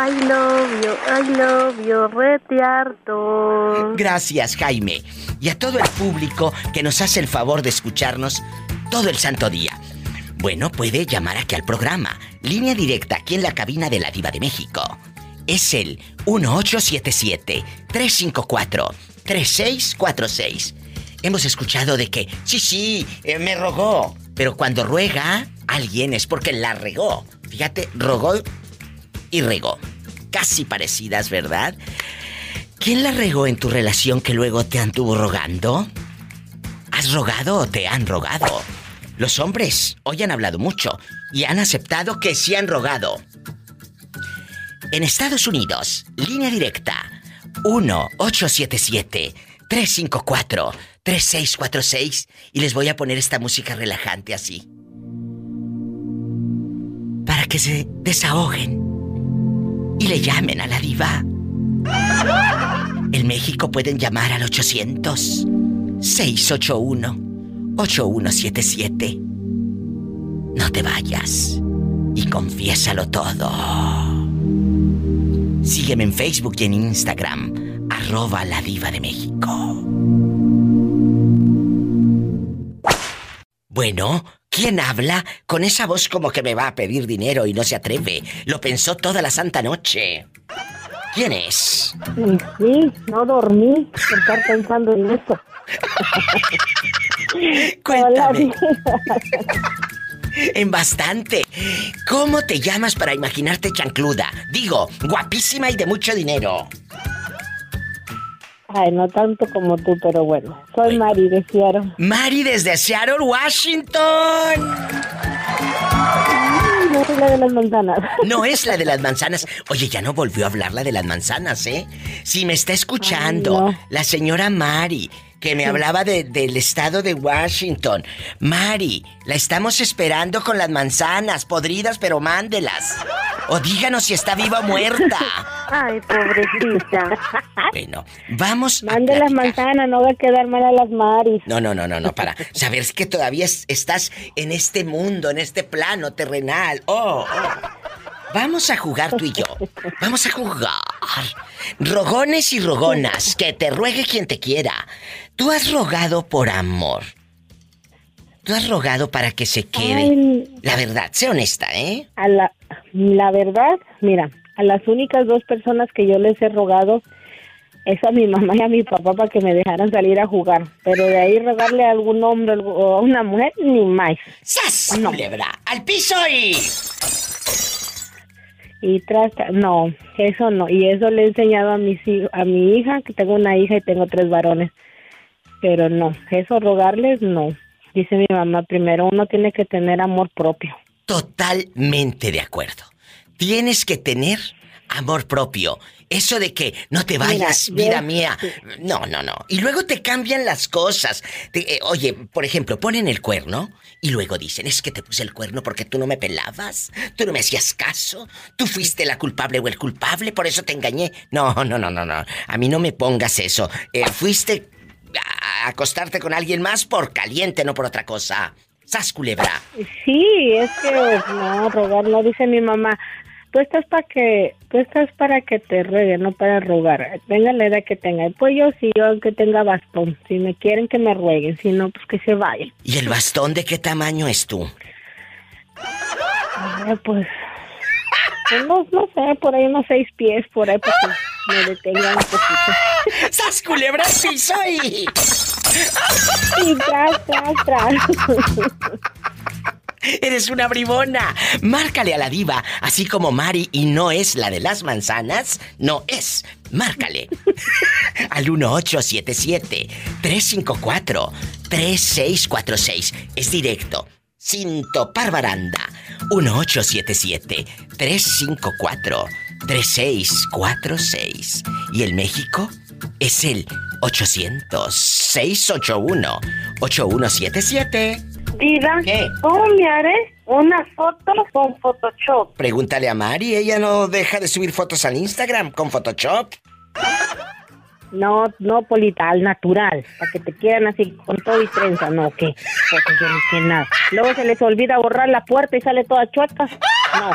you, retiarto. Gracias, Jaime. Y a todo el público que nos hace el favor de escucharnos todo el santo día. Bueno, puede llamar aquí al programa. Línea directa aquí en la cabina de la Diva de México. Es el 1877-354-3646. Hemos escuchado de que, sí, me rogó. Pero cuando ruega alguien es porque la regó. Fíjate, rogó y regó. Casi parecidas, ¿verdad? ¿Quién la regó en tu relación que luego te anduvo rogando? ¿Has rogado o te han rogado? Los hombres hoy han hablado mucho y han aceptado que sí han rogado. En Estados Unidos, línea directa 1-877-354-3646 y les voy a poner esta música relajante así. Para que se desahoguen y le llamen a la diva. En México pueden llamar al 800-681-8177. No te vayas y confiésalo todo. Sígueme en Facebook y en Instagram, @LaDivaDeMéxico. Bueno, ¿quién habla? Con esa voz como que me va a pedir dinero y no se atreve. Lo pensó toda la santa noche. ¿Quién es? Sí, no dormí por estar pensando en eso. Cuéntame. En bastante. ¿Cómo te llamas para imaginarte chancluda? Digo, guapísima y de mucho dinero. Ay, no tanto como tú, pero bueno. Soy Mari de Seattle. Mari desde Seattle, Washington. No es la de las manzanas. No es la de las manzanas. Oye, ya no volvió a hablar la de las manzanas, ¿eh? Si me está escuchando, la señora Mari, que me hablaba del estado de Washington. Mari, la estamos esperando con las manzanas podridas, pero mándelas. O díganos si está viva o muerta. Ay, pobrecita. Bueno, vamos a mande las manzanas, no va a quedar mal a las Maris. No, para saber que todavía estás en este mundo, en este plano terrenal. Vamos a jugar tú y yo. Vamos a jugar. Rogones y rogonas, que te ruegue quien te quiera. ¿Tú has rogado por amor? ¿Tú has rogado para que se quede? Ay, la verdad, sé honesta, ¿eh? La verdad, mira, a las únicas dos personas que yo les he rogado es a mi mamá y a mi papá para que me dejaran salir a jugar. Pero de ahí rogarle a algún hombre o a una mujer, ni más. ¡Sas! No. Culebra, al piso y no, eso no. Y eso le he enseñado a mi hija, que tengo una hija y tengo 3 varones. Pero no, eso rogarles, no. Dice mi mamá, primero uno tiene que tener amor propio. Totalmente de acuerdo. Tienes que tener amor propio. Eso de que no te vayas, vida mía. Sí. No. Y luego te cambian las cosas. Oye, por ejemplo, ponen el cuerno y luego dicen, es que te puse el cuerno porque tú no me pelabas, tú no me hacías caso, tú fuiste la culpable o el culpable, por eso te engañé. No. A mí no me pongas eso. Fuiste a acostarte con alguien más por caliente, no por otra cosa. ¡Sas, culebra! Sí, es que no, rogar no, dice mi mamá. Tú estás para que te rueguen, no para rogar. Tenga la edad que tenga. Pues yo que tenga bastón. Si me quieren que me rueguen, si no, pues que se vayan. ¿Y el bastón de qué tamaño es tú? Pues no sé, por ahí unos 6 pies, por ahí, porque me detengan un poquito. ¡Sas, culebra, sí soy! Y tras. Eres una bribona. Márcale a la diva, así como Mari, y no es la de las manzanas, no es. Márcale al 1877-354-3646. Es directo, sin topar baranda. 1877-354-3646. ¿Y el México? Es el 800-681-8177. Diva, ¿qué? ¿Cómo me haré una foto con Photoshop? Pregúntale a Mari, ella no deja de subir fotos al Instagram con Photoshop. No, Polita, al natural, para que te quieran así con todo y trenza, no, ¿qué? Porque yo no sé nada. Luego se les olvida borrar la puerta y sale toda chueca. No.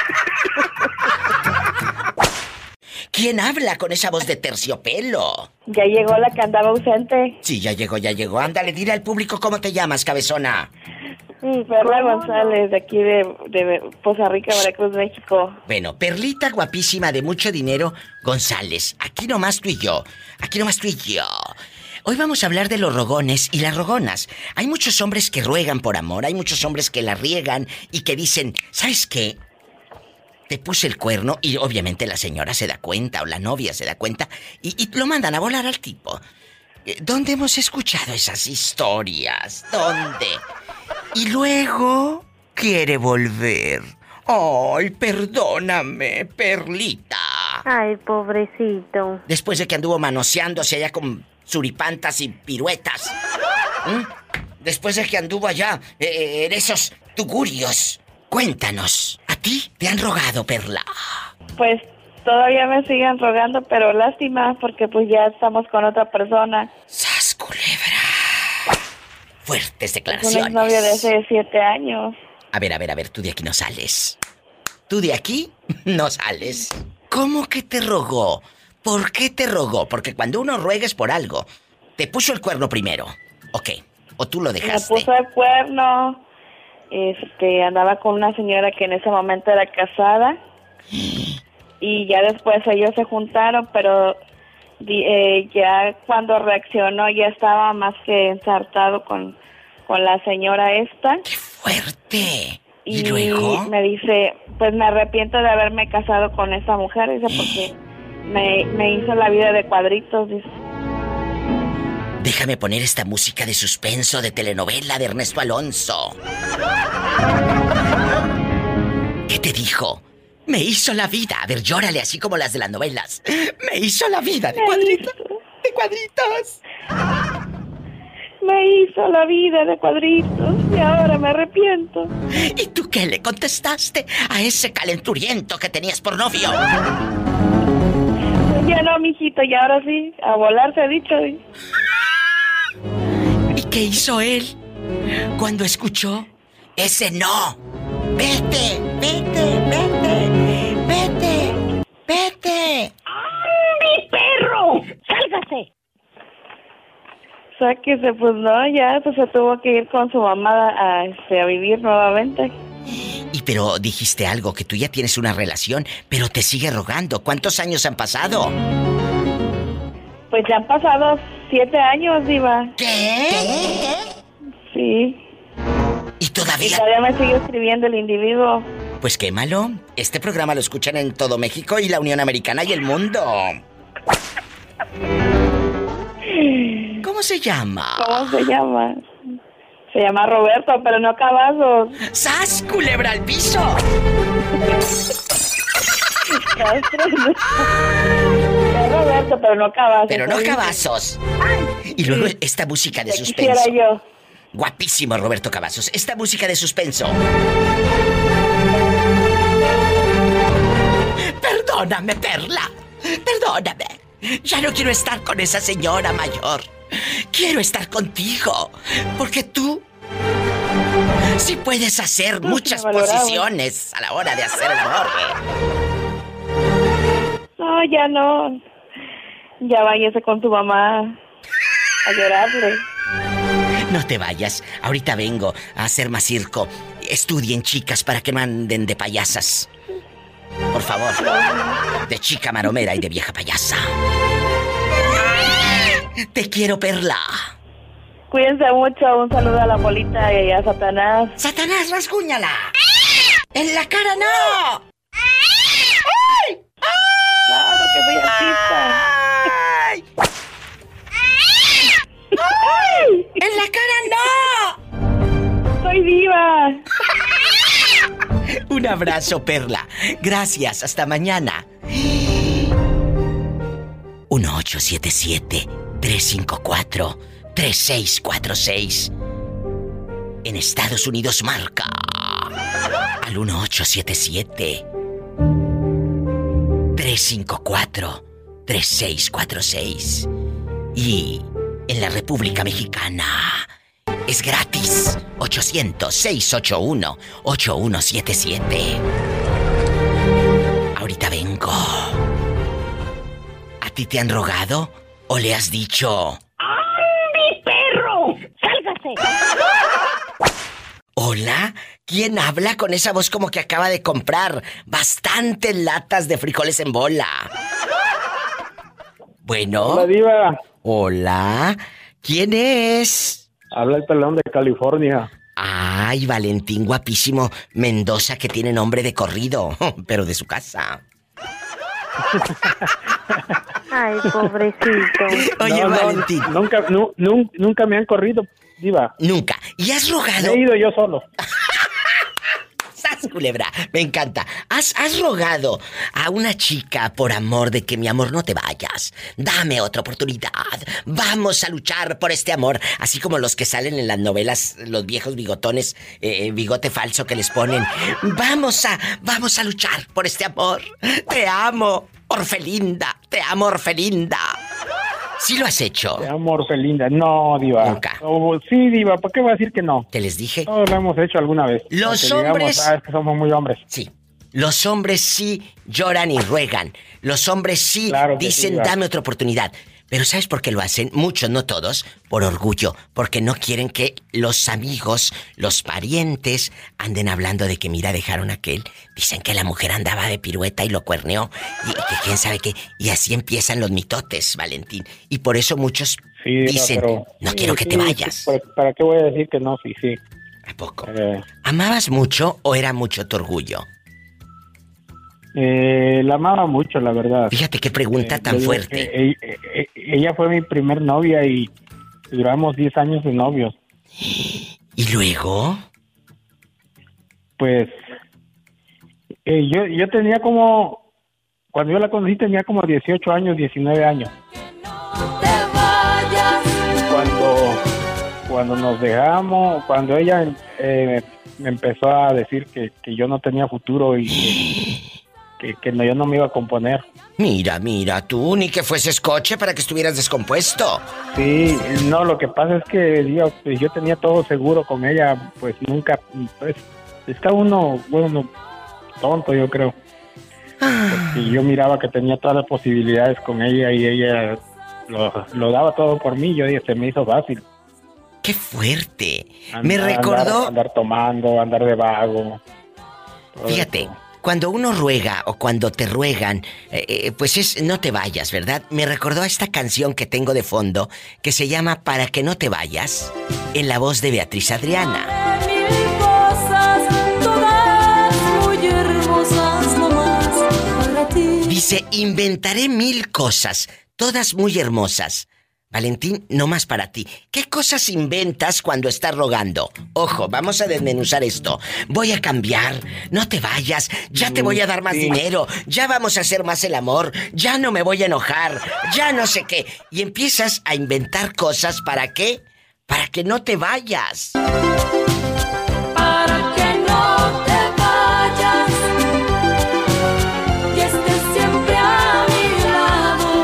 ¿Quién habla con esa voz de terciopelo? Ya llegó la que andaba ausente. Sí, ya llegó. Ándale, dile al público cómo te llamas, cabezona. Perla González, de aquí de Poza Rica, Veracruz, México. Bueno, Perlita guapísima de mucho dinero, González. Aquí nomás tú y yo. Hoy vamos a hablar de los rogones y las rogonas. Hay muchos hombres que ruegan por amor, hay muchos hombres que la riegan y que dicen, ¿sabes qué? Te puse el cuerno y obviamente la señora se da cuenta o la novia se da cuenta y lo mandan a volar al tipo. ¿Dónde hemos escuchado esas historias? ¿Dónde? Y luego quiere volver. Ay, perdóname, Perlita. Ay, pobrecito. Después de que anduvo manoseándose allá con suripantas y piruetas. Después de que anduvo allá en esos tugurios. Cuéntanos, ¿a ti te han rogado, Perla? Pues todavía me siguen rogando, pero lástima porque pues ya estamos con otra persona. ¡Sas, culebra! Fuertes declaraciones. Es una novia de hace 7 años. A ver, tú de aquí no sales. Tú de aquí no sales. ¿Cómo que te rogó? ¿Por qué te rogó? Porque cuando uno ruega es por algo. ¿Te puso el cuerno primero? ¿O qué? ¿O tú lo dejaste? Me puso el cuerno. Andaba con una señora que en ese momento era casada. Y ya después ellos se juntaron, pero ya cuando reaccionó ya estaba más que ensartado con la señora esta. ¡Qué fuerte! ¿Y luego? Me dice, pues me arrepiento de haberme casado con esa mujer, dice, porque me hizo la vida de cuadritos, dice. Déjame poner esta música de suspenso de telenovela de Ernesto Alonso. ¿Qué te dijo? Me hizo la vida. A ver, llórale así como las de las novelas. Me hizo la vida de cuadritos. De cuadritos. Me hizo la vida de cuadritos y ahora me arrepiento. ¿Y tú qué le contestaste a ese calenturiento que tenías por novio? Ya no, mijito, y ahora sí, a volar se ha dicho. ¿Y qué hizo él cuando escuchó ese no? ¡Vete! ¡Vete! ¡Vete! ¡Vete! ¡Vete! ¡Mi perro! ¡Sálgase! Sáquese, pues no, ya pues se tuvo que ir con su mamá a vivir nuevamente. Y pero dijiste algo, que tú ya tienes una relación, pero te sigue rogando. ¿Cuántos años han pasado? Pues ya han pasado 7 años, diva. ¿Qué? Sí. ¿Y todavía? Y todavía me sigue escribiendo el individuo. Pues qué malo. Este programa lo escuchan en todo México y la Unión Americana y el mundo. ¿Cómo se llama? ¿Cómo se llama? Se llama Roberto, pero no Cavazos. ¡Sas, culebra al piso! Es Roberto, pero no Cavazos. Pero no Cavazos. Y luego esta música de suspenso. Quisiera yo. Guapísimo, Roberto Cavazos. Esta música de suspenso. Perdóname, Perla. Perdóname. Ya no quiero estar con esa señora mayor. Quiero estar contigo. Porque tú sí puedes hacer muchas posiciones a la hora de hacer el amor. No, ya no. Ya váyase con tu mamá a llorarle. No te vayas. Ahorita vengo a hacer más circo. Estudien, chicas, para que no anden de payasas. Por favor. De chica maromera y de vieja payasa. Te quiero, Perla. Cuídense mucho. Un saludo a la bolita y a Satanás. ¡Satanás, rasguñala! ¡En la cara no! ¡Ay! No, porque soy artista. ¡Ay! ¡Ay! ¡En la cara no! ¡Soy diva! Un abrazo, Perla. Gracias, hasta mañana. 1877-354-3646. En Estados Unidos marca al 1877-354-3646. 3646. Y en la República Mexicana es gratis. 800-681-8177. Ahorita vengo. ¿A ti te han rogado o le has dicho... ¡Mi perro! ¡Sálgase! Hola, ¿quién habla con esa voz como que acaba de comprar bastantes latas de frijoles en bola? Bueno. Hola, Diva. Hola, ¿quién es? Habla el pelón de California. Ay, Valentín guapísimo Mendoza, que tiene nombre de corrido, pero de su casa. Ay, pobrecito. Oye, Valentín. Nunca me han corrido, Diva. Nunca. ¿Y has rogado? Me he ido yo solo. ¡Sas, culebra! Me encanta. ¿Has rogado a una chica por amor de que mi amor no te vayas? Dame otra oportunidad. Vamos a luchar por este amor. Así como los que salen en las novelas, los viejos bigotones, bigote falso que les ponen. Vamos a luchar por este amor. Te amo, Orfelinda. Te amo, Orfelinda. ¿Sí lo has hecho? Te amo, Orfelinda. No, Diva. Nunca. Oh, sí, Diva. ¿Por qué voy a decir que no? Te les dije. Todos lo hemos hecho alguna vez. Los hombres... Digamos, es que somos muy hombres. Sí. Los hombres sí lloran y ruegan. Los hombres sí dicen, sí, dame otra oportunidad. Pero ¿sabes por qué lo hacen? Muchos, no todos, por orgullo. Porque no quieren que los amigos, los parientes, anden hablando de que mira, dejaron a aquel. Dicen que la mujer andaba de pirueta y lo cuerneó. Y que quién sabe qué. Y así empiezan los mitotes, Valentín. Y por eso muchos dicen, no quiero que te vayas. ¿Para qué voy a decir que no? Sí. ¿A poco? ¿Amabas mucho o era mucho tu orgullo? La amaba mucho, la verdad. Fíjate qué pregunta tan fuerte. Ella fue mi primer novia y duramos 10 años de novios. ¿Y luego? Pues yo tenía como... Cuando yo la conocí tenía como 18 años, 19 años. Cuando nos dejamos, cuando ella me empezó a decir que yo no tenía futuro y que yo no me iba a componer. Mira, tú, ni que fueses coche para que estuvieras descompuesto. Sí, no, lo que pasa es que yo tenía todo seguro con ella, pues nunca, pues, está uno, bueno, tonto yo creo. Porque yo miraba que tenía todas las posibilidades con ella y ella lo daba todo por mí, yo dije, se me hizo fácil. ¡Qué fuerte! Me recordó... Andar tomando, andar de vago. Fíjate... Eso. Cuando uno ruega o cuando te ruegan, pues es no te vayas, ¿verdad? Me recordó a esta canción que tengo de fondo que se llama Para que no te vayas, en la voz de Beatriz Adriana. Mil cosas, todas muy hermosas nomás para ti. Dice, inventaré 1000 cosas, todas muy hermosas. Valentín, no más para ti. ¿Qué cosas inventas cuando estás rogando? Ojo, vamos a desmenuzar esto. Voy a cambiar, no te vayas, ya te voy a dar más dinero, ya vamos a hacer más el amor, ya no me voy a enojar, ya no sé qué. Y empiezas a inventar cosas, ¿para qué? Para que no te vayas. Para que no te vayas, que estés siempre a mi lado.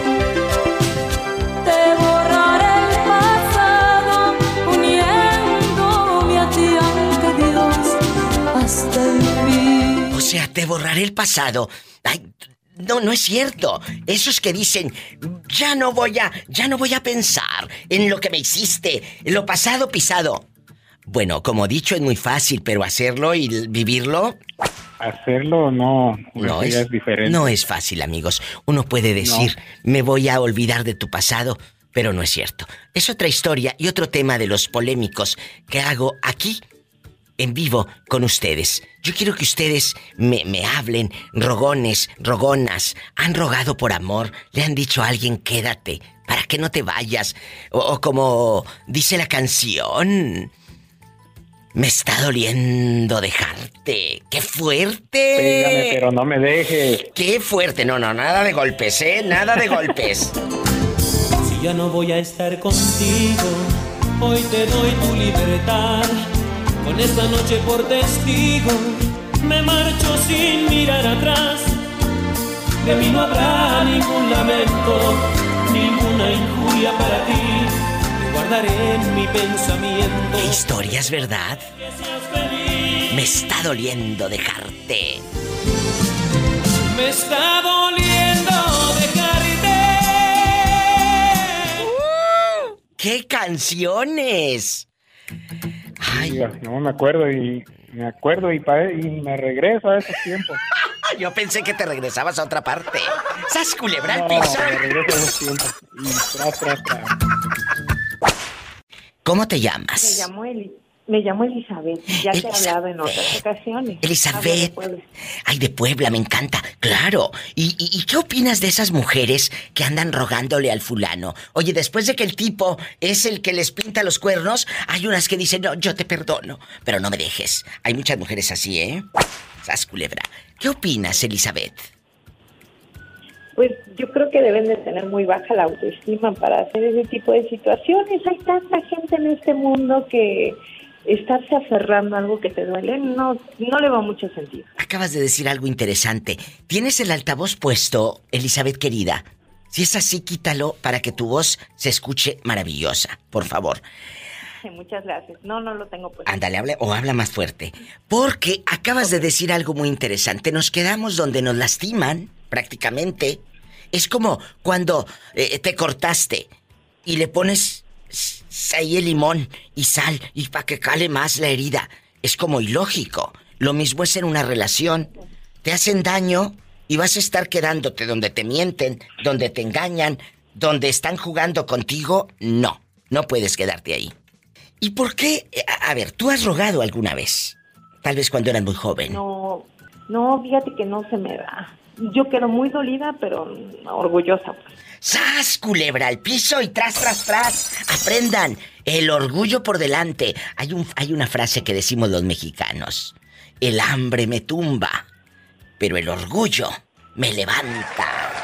Te borraré el pasado, uniéndome a ti ante Dios hasta el fin. O sea, te borraré el pasado. Ay, no es cierto. Esos que dicen, ya no voy a pensar en lo que me hiciste, en lo pasado pisado. Bueno, como dicho, es muy fácil, pero hacerlo y vivirlo... Hacerlo no es diferente. No es fácil, amigos. Uno puede decir, me voy a olvidar de tu pasado, pero no es cierto. Es otra historia y otro tema de los polémicos que hago aquí, en vivo, con ustedes. Yo quiero que ustedes me hablen, rogones, rogonas. ¿Han rogado por amor? ¿Le han dicho a alguien, quédate, para que no te vayas? O como dice la canción... Me está doliendo dejarte. ¡Qué fuerte! Pégame, pero no me dejes. ¡Qué fuerte! No, nada de golpes, ¿eh? Nada de golpes. Si ya no voy a estar contigo, hoy te doy tu libertad. Con esta noche por testigo, me marcho sin mirar atrás. de mí no habrá ningún lamento, ninguna injuria para ti. Te guardaré en mi pensamiento. ¿Qué historias, verdad? Me está doliendo dejarte. Me está doliendo dejarte. ¡Qué canciones! Ay, no me acuerdo y me regreso a esos tiempos. Yo pensé que te regresabas a otra parte. ¡Sas, culebra al No, piso! me regreso a esos tiempos. Y ¿Cómo te llamas? Me llamo Elizabeth. Ya te he hablado en otras ocasiones. Elizabeth. Ay, de Puebla, me encanta. Claro. ¿Y qué opinas de esas mujeres que andan rogándole al fulano? Oye, después de que el tipo es el que les pinta los cuernos, hay unas que dicen, no, yo te perdono, pero no me dejes. Hay muchas mujeres así, ¿eh? Sas, culebra. ¿Qué opinas, Elizabeth? Pues yo creo que deben de tener muy baja la autoestima para hacer ese tipo de situaciones. Hay tanta gente en este mundo que estarse aferrando a algo que te duele no le va mucho sentido. Acabas de decir algo interesante. ¿Tienes el altavoz puesto, Elizabeth querida? Si es así, quítalo para que tu voz se escuche maravillosa, por favor. Sí, muchas gracias. No lo tengo puesto. Ándale, habla más fuerte. Porque acabas de decir algo muy interesante. Nos quedamos donde nos lastiman, prácticamente. Es como cuando te cortaste y le pones ahí el limón y sal y para que cale más la herida. Es como ilógico. Lo mismo es en una relación. Te hacen daño y vas a estar quedándote donde te mienten, donde te engañan, donde están jugando contigo. No puedes quedarte ahí. ¿Y por qué? A ver, ¿tú has rogado alguna vez? Tal vez cuando eras muy joven. No, fíjate que no se me da. Yo quedo muy dolida, pero orgullosa. ¡Sas, culebra al piso y tras! Aprendan, el orgullo por delante. Hay una frase que decimos los mexicanos. El hambre me tumba, pero el orgullo me levanta.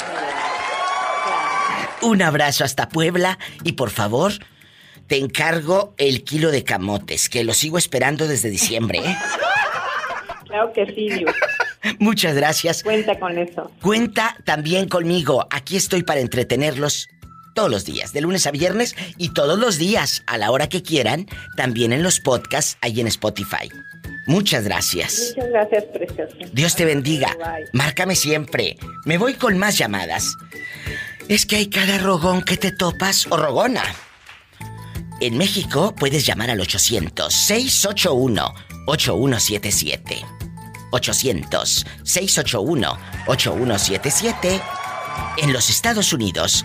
Un abrazo hasta Puebla y por favor, te encargo el kilo de camotes, que lo sigo esperando desde diciembre, ¿eh? Claro que sí, Dios. Muchas gracias. Cuenta con eso. Cuenta también conmigo. Aquí estoy para entretenerlos todos los días, de lunes a viernes y todos los días, a la hora que quieran, también en los podcasts, ahí en Spotify. Muchas gracias. Muchas gracias, preciosa. Dios te bendiga. Bye. Márcame siempre. Me voy con más llamadas. Es que hay cada rogón que te topas o rogona. En México puedes llamar al 800-681-8177. 800-681-8177. En los Estados Unidos,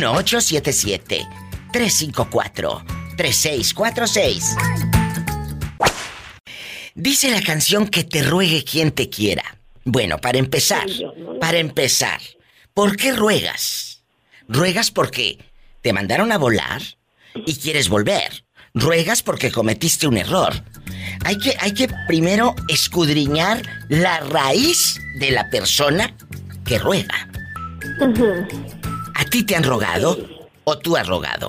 1877-354-3646. Dice la canción que te ruegue quien te quiera. Bueno, para empezar, ¿por qué ruegas? ¿Ruegas porque te mandaron a volar y quieres volver? ¿Ruegas porque cometiste un error? Hay que primero escudriñar la raíz de la persona que ruega. Ajá. ¿A ti te han rogado o tú has rogado?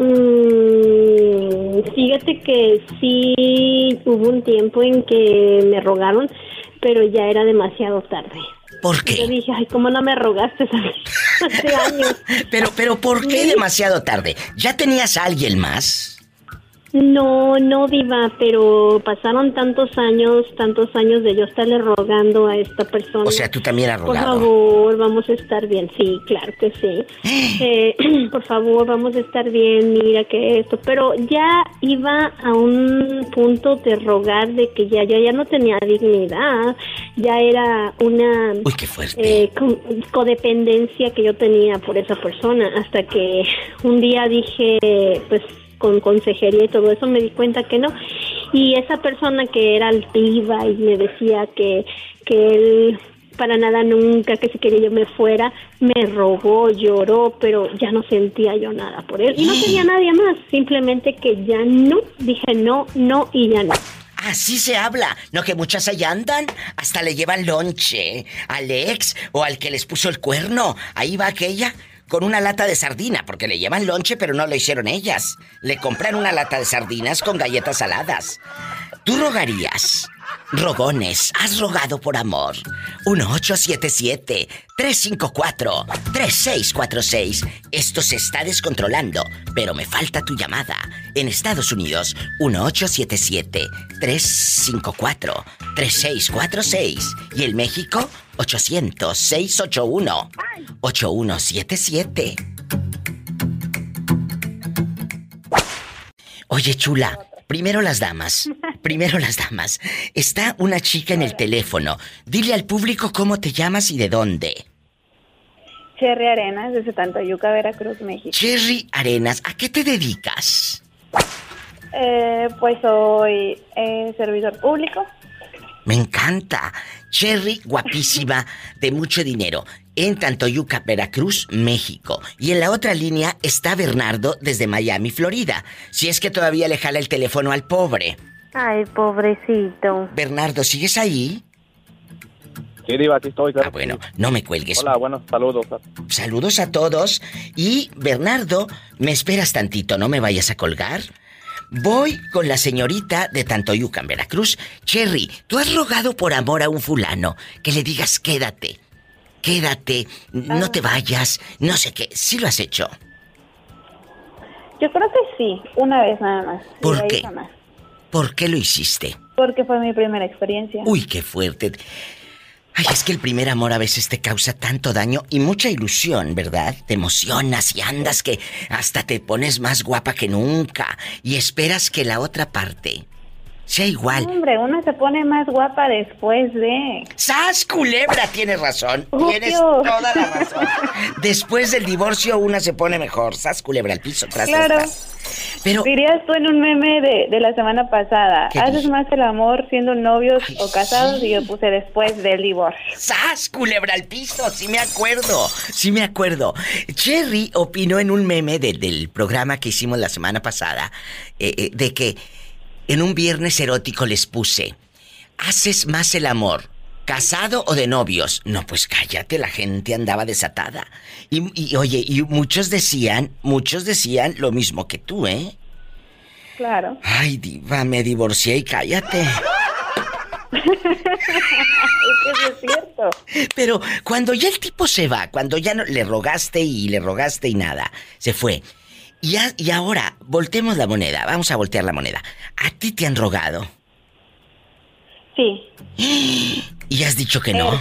Fíjate que sí hubo un tiempo en que me rogaron, pero ya era demasiado tarde. ¿Por qué? Yo dije, ay, ¿cómo no me rogaste hace años? Pero ¿por qué demasiado tarde? ¿Ya tenías a alguien más? No, diva, pero pasaron tantos años de yo estarle rogando a esta persona. O sea, tú también has rogado. Por favor, vamos a estar bien. Sí, claro que sí. Por favor, vamos a estar bien, mira que esto. Pero ya iba a un punto de rogar de que ya no tenía dignidad. Ya era una... Uy, qué fuerte. Codependencia que yo tenía por esa persona. Hasta que un día dije, pues... con consejería y todo eso me di cuenta que no, y esa persona que era altiva y me decía que él para nada nunca, que si quería yo me fuera, me rogó, lloró, pero ya no sentía yo nada por él y no tenía nadie más, simplemente que ya no, dije no y ya no. Así se habla, no que muchas allá andan, hasta le llevan lonche al ex o al que les puso el cuerno, ahí va aquella con una lata de sardina, porque le llevan lonche, pero no lo hicieron ellas. Le compran una lata de sardinas con galletas saladas. ¿Tú rogarías rogones, has rogado por amor. 1877-354-3646. Esto se está descontrolando, pero me falta tu llamada. En Estados Unidos, 1877-354-3646. Y en México, 800-681-8177. Oye, chula, primero las damas. Está una chica en el teléfono. Dile al público cómo te llamas y de dónde. Cherry Arenas, de Tantayuca, Veracruz, México. Cherry Arenas, ¿a qué te dedicas? Pues soy servidor público. Me encanta. Cherry, guapísima, de mucho dinero. En Tantoyuca, Veracruz, México. Y en la otra línea está Bernardo desde Miami, Florida. Si es que todavía le jala el teléfono al pobre. Ay, pobrecito. Bernardo, ¿sigues ahí? Sí, Diva, aquí estoy. Claro. Ah, bueno, no me cuelgues. Hola, buenos saludos. Saludos a todos. Y, Bernardo, me esperas tantito, no me vayas a colgar. Voy con la señorita de Tantoyuca, en Veracruz. Cherry, ¿tú has rogado por amor a un fulano que le digas quédate, no te vayas, no sé qué? ¿Sí lo has hecho? Yo creo que sí, una vez nada más. ¿Por qué? ¿Por qué lo hiciste? Porque fue mi primera experiencia. Uy, qué fuerte. Ay, es que el primer amor a veces te causa tanto daño y mucha ilusión, ¿verdad? Te emocionas y andas que hasta te pones más guapa que nunca y esperas que la otra parte sea igual. Hombre, una se pone más guapa después de... ¡Sas, culebra! Tienes razón. Tienes toda la razón. Después del divorcio una se pone mejor. ¡Sas, culebra! Al piso, tras. Pero... Dirías tú en un meme de la semana pasada, ¿haces más el amor siendo novios o casados? Y yo puse después del divorcio. ¡Sas, culebra! Al piso. Sí me acuerdo. Cherry opinó en un meme del programa que hicimos la semana pasada, de que en un viernes erótico les puse, ¿haces más el amor casado o de novios? No, pues cállate, la gente andaba desatada. Y oye, y muchos decían lo mismo que tú, ¿eh? Claro. Ay, diva, me divorcié y cállate. Es que eso es cierto. Pero cuando ya el tipo se va, cuando ya no, le rogaste y nada, se fue. Y ahora, voltemos la moneda. Vamos a voltear la moneda. ¿A ti te han rogado? Sí. ¿Y has dicho que no?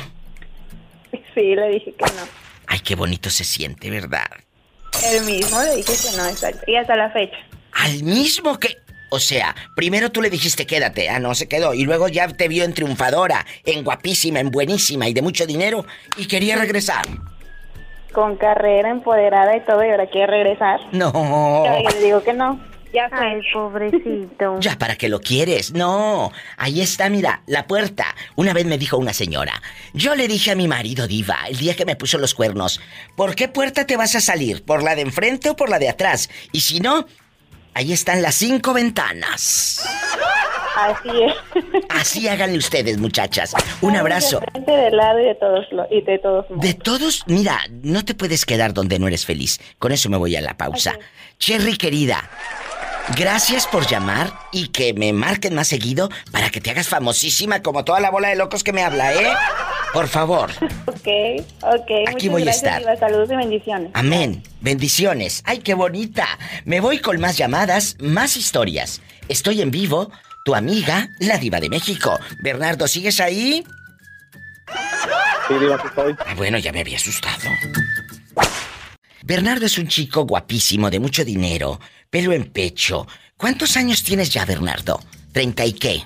Sí, le dije que no. Ay, qué bonito se siente, ¿verdad? El mismo le dije que no, exacto. Y hasta la fecha. ¿Al mismo que...? O sea, primero tú le dijiste quédate, no se quedó. Y luego ya te vio en triunfadora, en guapísima, en buenísima y de mucho dinero. Y quería regresar. Con carrera, empoderada y todo, y ahora quiere regresar. No. Yo le digo que no. Ya fue. Ay, pobrecito. Ya, ¿para qué lo quieres? No. Ahí está, mira, la puerta. Una vez me dijo una señora. Yo le dije a mi marido, diva, el día que me puso los cuernos, ¿por qué puerta te vas a salir? ¿Por la de enfrente o por la de atrás? Y si no, ahí están las 5 ventanas. Así es. Así háganle ustedes, muchachas. Un abrazo. De frente, de lado y de todos modos. De todos, mira, no te puedes quedar donde no eres feliz. Con eso me voy a la pausa. Okay. Cherry, querida, gracias por llamar y que me marquen más seguido para que te hagas famosísima como toda la bola de locos que me habla, ¿eh? Por favor. Ok. Aquí voy a estar. Diva. Saludos y bendiciones. Amén. Bendiciones. Ay, qué bonita. Me voy con más llamadas, más historias. Estoy en vivo. Tu amiga, la Diva de México. Bernardo, ¿sigues ahí? Sí, Diva, aquí estoy. Bueno, ya me había asustado. Bernardo es un chico guapísimo, de mucho dinero, pelo en pecho. ¿Cuántos años tienes ya, Bernardo? ¿30 y qué?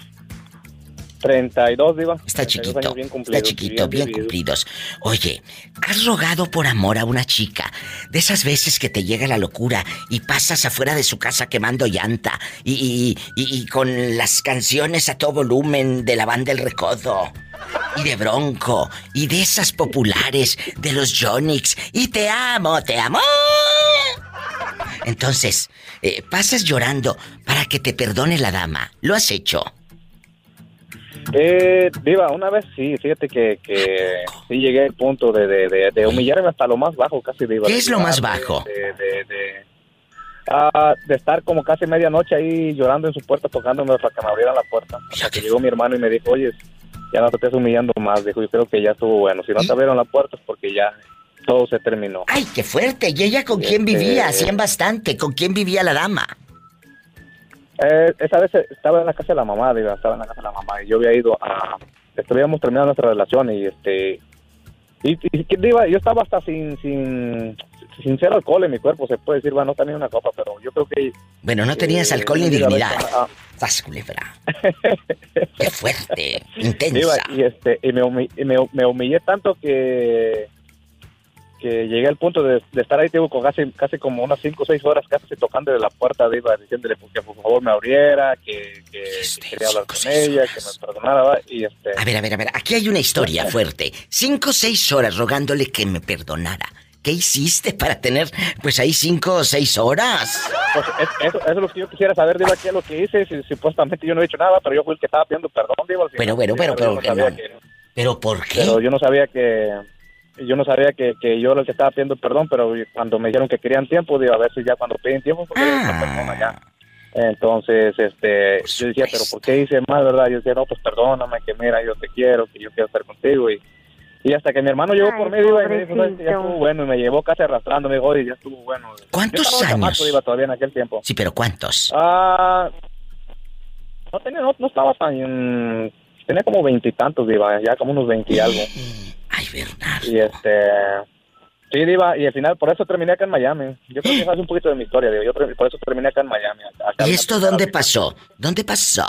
32, Diva. Está chiquito, está chiquito, bien cumplidos. Oye, ¿has rogado por amor a una chica? De esas veces que te llega la locura y pasas afuera de su casa quemando llanta y con las canciones a todo volumen de la banda El Recodo y de Bronco y de esas populares de los Yonix y te amo. Entonces, pasas llorando para que te perdone la dama. ¿Lo has hecho? Diva, una vez sí, fíjate que sí llegué al punto de humillarme hasta lo más bajo, casi, Diva. ¿Qué es lo más bajo? De estar como casi medianoche ahí llorando en su puerta, tocándome para que me abrieran la puerta. Hasta que llegó mi hermano y me dijo, oye, ya no te estés humillando más. Dijo, yo creo que ya estuvo bueno. Si no te abrieron la puerta es porque ya todo se terminó. ¡Ay, qué fuerte! ¿Y ella con quién vivía? Hacían bastante. ¿Con quién vivía la dama? Esa vez estaba en la casa de la mamá, digo, estaba en la casa de la mamá. Y yo había ido a... Habíamos terminado nuestra relación y yo estaba hasta sin ser alcohol en mi cuerpo, se puede decir, bueno, no tenía una copa, pero yo creo que... Bueno, no tenías alcohol ni dignidad. ¡Sas, culebra! ¡Qué fuerte! ¡Intensa! Y me humillé tanto que llegué al punto de estar ahí, digo, con casi como unas 5 o 6 horas casi tocándole la puerta, diva, diciéndole que por favor me abriera, que quería hablar con ella, que me perdonara, y A ver, aquí hay una historia fuerte. 5 o 6 horas rogándole que me perdonara. ¿Qué hiciste para tener, pues ahí 5 o 6 horas? Pues eso es lo que yo quisiera saber, diva, qué es lo que hice. Supuestamente yo no he hecho nada, pero yo fui el que estaba pidiendo perdón, diva. Pero ¿por qué? Pero yo no sabía que yo era el que estaba pidiendo perdón, pero cuando me dijeron que querían tiempo, digo, a ver si ya cuando piden tiempo, porque esta persona ya. Entonces, yo decía, pero ¿por qué hice mal, verdad? Yo decía, no, pues perdóname, que mira, yo te quiero, que yo quiero estar contigo. Y hasta que mi hermano llegó por mí, diva, y me dijo, no, ya estuvo bueno, y me llevó casi arrastrando, me dijo, y ya estuvo bueno. ¿Cuántos años? Chamaco, diva, todavía en aquel tiempo. Sí, pero ¿cuántos? No estaba tan... Tenía como 20 y tantos, diva, ya como unos 20 y algo. Ay, Bernardo. Y sí, diva, y al final por eso terminé acá en Miami. Yo creo que sabes un poquito de mi historia, diva. Yo por eso terminé acá en Miami. ¿Y esto dónde pasó? ¿Dónde pasó?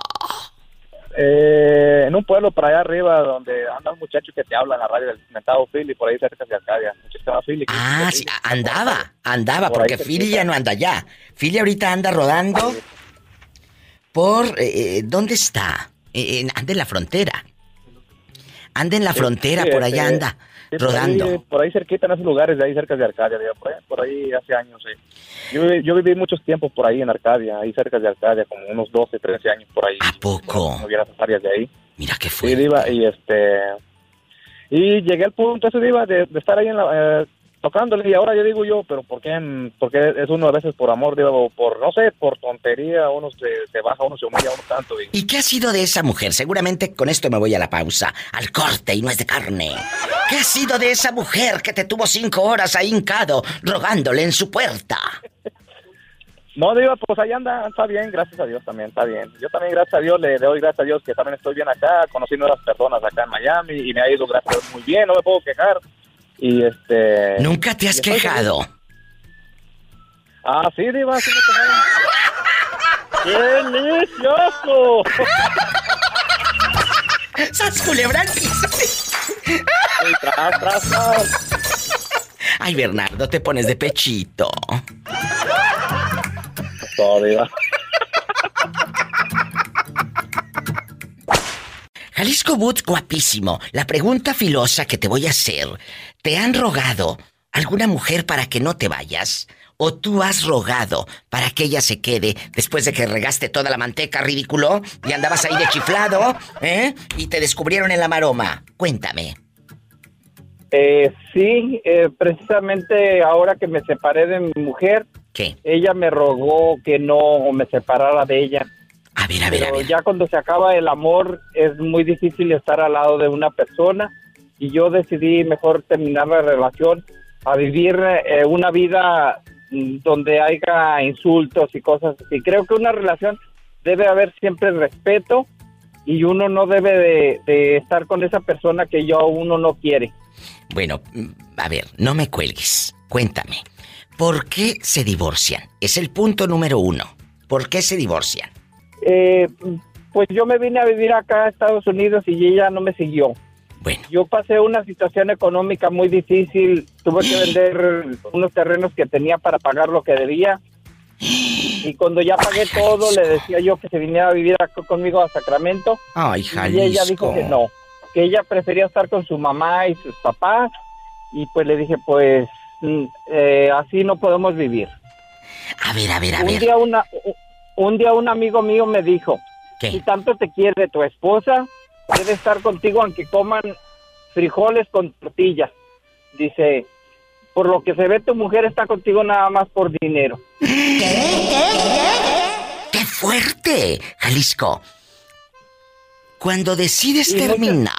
En un pueblo por allá arriba donde anda un muchacho que te habla en la radio del mentado Philly, por ahí cerca de Arcadia. Philly, sí, andaba, porque Philly ya no anda allá. Philly ahorita anda rodando por... ¿dónde está? Anda en la frontera. Anda en la frontera, por allá anda, rodando. Por ahí cerquita en esos lugares de ahí cerca de Arcadia, por ahí hace años, sí. Yo viví muchos tiempos por ahí en Arcadia, ahí cerca de Arcadia, como unos 12, 13 años por ahí. ¿A poco? No hubiera esas áreas de ahí. Mira qué fuerte. Sí, diva, y llegué al punto ese, diva, de estar ahí tocándole, y ahora yo digo yo, pero ¿por qué? Porque es uno a veces por amor, digo, por, no sé, por tontería, uno se baja, uno se humilla uno tanto. ¿Y qué ha sido de esa mujer? Seguramente con esto me voy a la pausa, al corte y no es de carne. ¿Qué ha sido de esa mujer que te tuvo 5 horas ahí hincado, rogándole en su puerta? No, digo, pues ahí anda, está bien, gracias a Dios también, está bien. Yo también, gracias a Dios, le doy gracias a Dios que también estoy bien acá, conocí nuevas personas acá en Miami y me ha ido, gracias a Dios, muy bien, no me puedo quejar. Y ¿Nunca te has quejado? Sí, diva, sí me quejaba. ¡Qué delicioso! ¡Sas culebra! Tras. Ay, Bernardo, te pones de pechito. Todo, diva. Jalisco Boots, guapísimo. La pregunta filosa que te voy a hacer. ¿Te han rogado alguna mujer para que no te vayas? ¿O tú has rogado para que ella se quede después de que regaste toda la manteca, ridículo? Y andabas ahí de chiflado, y te descubrieron en la maroma. Cuéntame. Sí, precisamente ahora que me separé de mi mujer, ¿qué? Ella me rogó que no me separara de ella. A ver. Ya cuando se acaba el amor es muy difícil estar al lado de una persona y yo decidí mejor terminar la relación a vivir una vida donde haya insultos y cosas así. Creo que una relación debe haber siempre respeto y uno no debe de estar con esa persona que uno no quiere. Bueno, a ver, no me cuelgues. Cuéntame, ¿por qué se divorcian? Es el punto número 1. ¿Por qué se divorcian? Pues yo me vine a vivir acá a Estados Unidos y ella no me siguió. Bueno. Yo pasé una situación económica muy difícil. Tuve que vender unos terrenos que tenía para pagar lo que debía. Y cuando ya pagué todo, le decía yo que se viniera a vivir acá conmigo a Sacramento. Ay, Jalisco. Y ella dijo que no, que ella prefería estar con su mamá y sus papás. Y pues le dije, pues, así no podemos vivir. A ver. Un día un amigo mío me dijo, ¿qué? Si tanto te quiere tu esposa, debe estar contigo aunque coman frijoles con tortillas. Dice, por lo que se ve tu mujer está contigo nada más por dinero. ¿Qué? ¡Qué fuerte! Jalisco. Cuando decides terminar,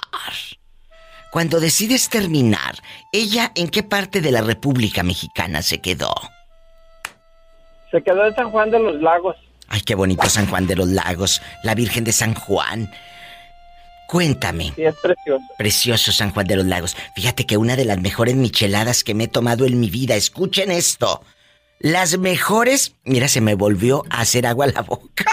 ¿ella en qué parte de la República Mexicana se quedó? Se quedó en San Juan de los Lagos. Ay, qué bonito San Juan de los Lagos, la Virgen de San Juan. Cuéntame. Sí, es precioso. Precioso San Juan de los Lagos. Fíjate que una de las mejores micheladas que me he tomado en mi vida, escuchen esto. Las mejores... Mira, se me volvió a hacer agua la boca.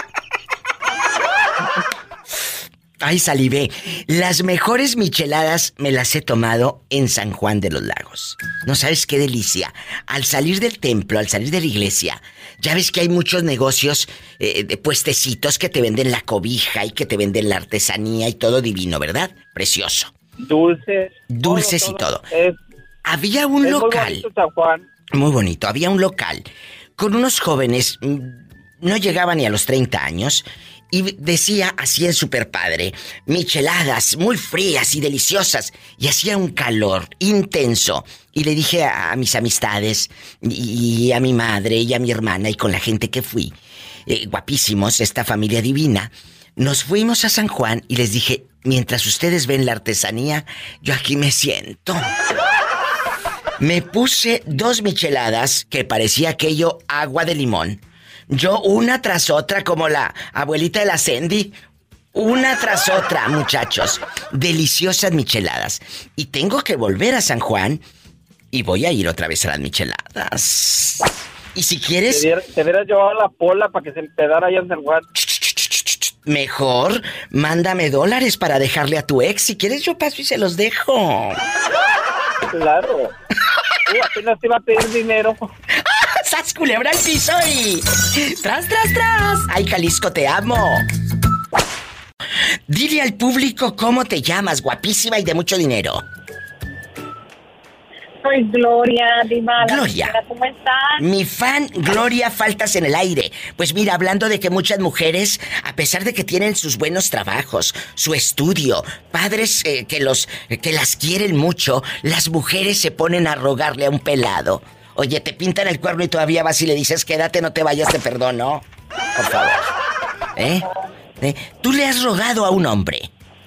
Ay, salivé. Las mejores micheladas me las he tomado en San Juan de los Lagos. No sabes qué delicia. Al salir del templo, al salir de la iglesia, ya ves que hay muchos negocios de puestecitos que te venden la cobija y que te venden la artesanía y todo divino, ¿verdad? Precioso. Dulces. Dulces y todo. Había un local. Muy bonito, San Juan. Muy bonito. Había un local con unos jóvenes, no llegaban ni a los 30 años, y decía así en Super Padre, micheladas muy frías y deliciosas, y hacía un calor intenso. Y le dije a mis amistades, y a mi madre, y a mi hermana, y con la gente que fui, guapísimos, esta familia divina, nos fuimos a San Juan y les dije, mientras ustedes ven la artesanía, yo aquí me siento. Me puse 2 micheladas que parecía aquello agua de limón. Yo una tras otra como la abuelita de la Sandy. Una tras otra, muchachos. Deliciosas micheladas. Y tengo que volver a San Juan y voy a ir otra vez a las micheladas. Y si quieres... Te hubieras llevado la Pola para que se empedara allá en San Juan. Mejor, mándame $, para dejarle a tu ex. Si quieres yo paso y se los dejo. Claro. Apenas te iba a pedir dinero. ¡Sas, culebra al piso y... ¡Tras, tras, tras! ¡Ay, Jalisco, te amo! Dile al público cómo te llamas, guapísima y de mucho dinero. Soy Gloria, Diva. Gloria. ¿Cómo estás? Mi fan, Gloria, faltas en el aire. Pues mira, hablando de que muchas mujeres, a pesar de que tienen sus buenos trabajos, su estudio, padres que las quieren mucho, las mujeres se ponen a rogarle a un pelado. Oye, te pintan el cuerno y todavía vas y le dices, quédate, no te vayas, te perdono. Por favor. ¿Tú le has rogado a un hombre?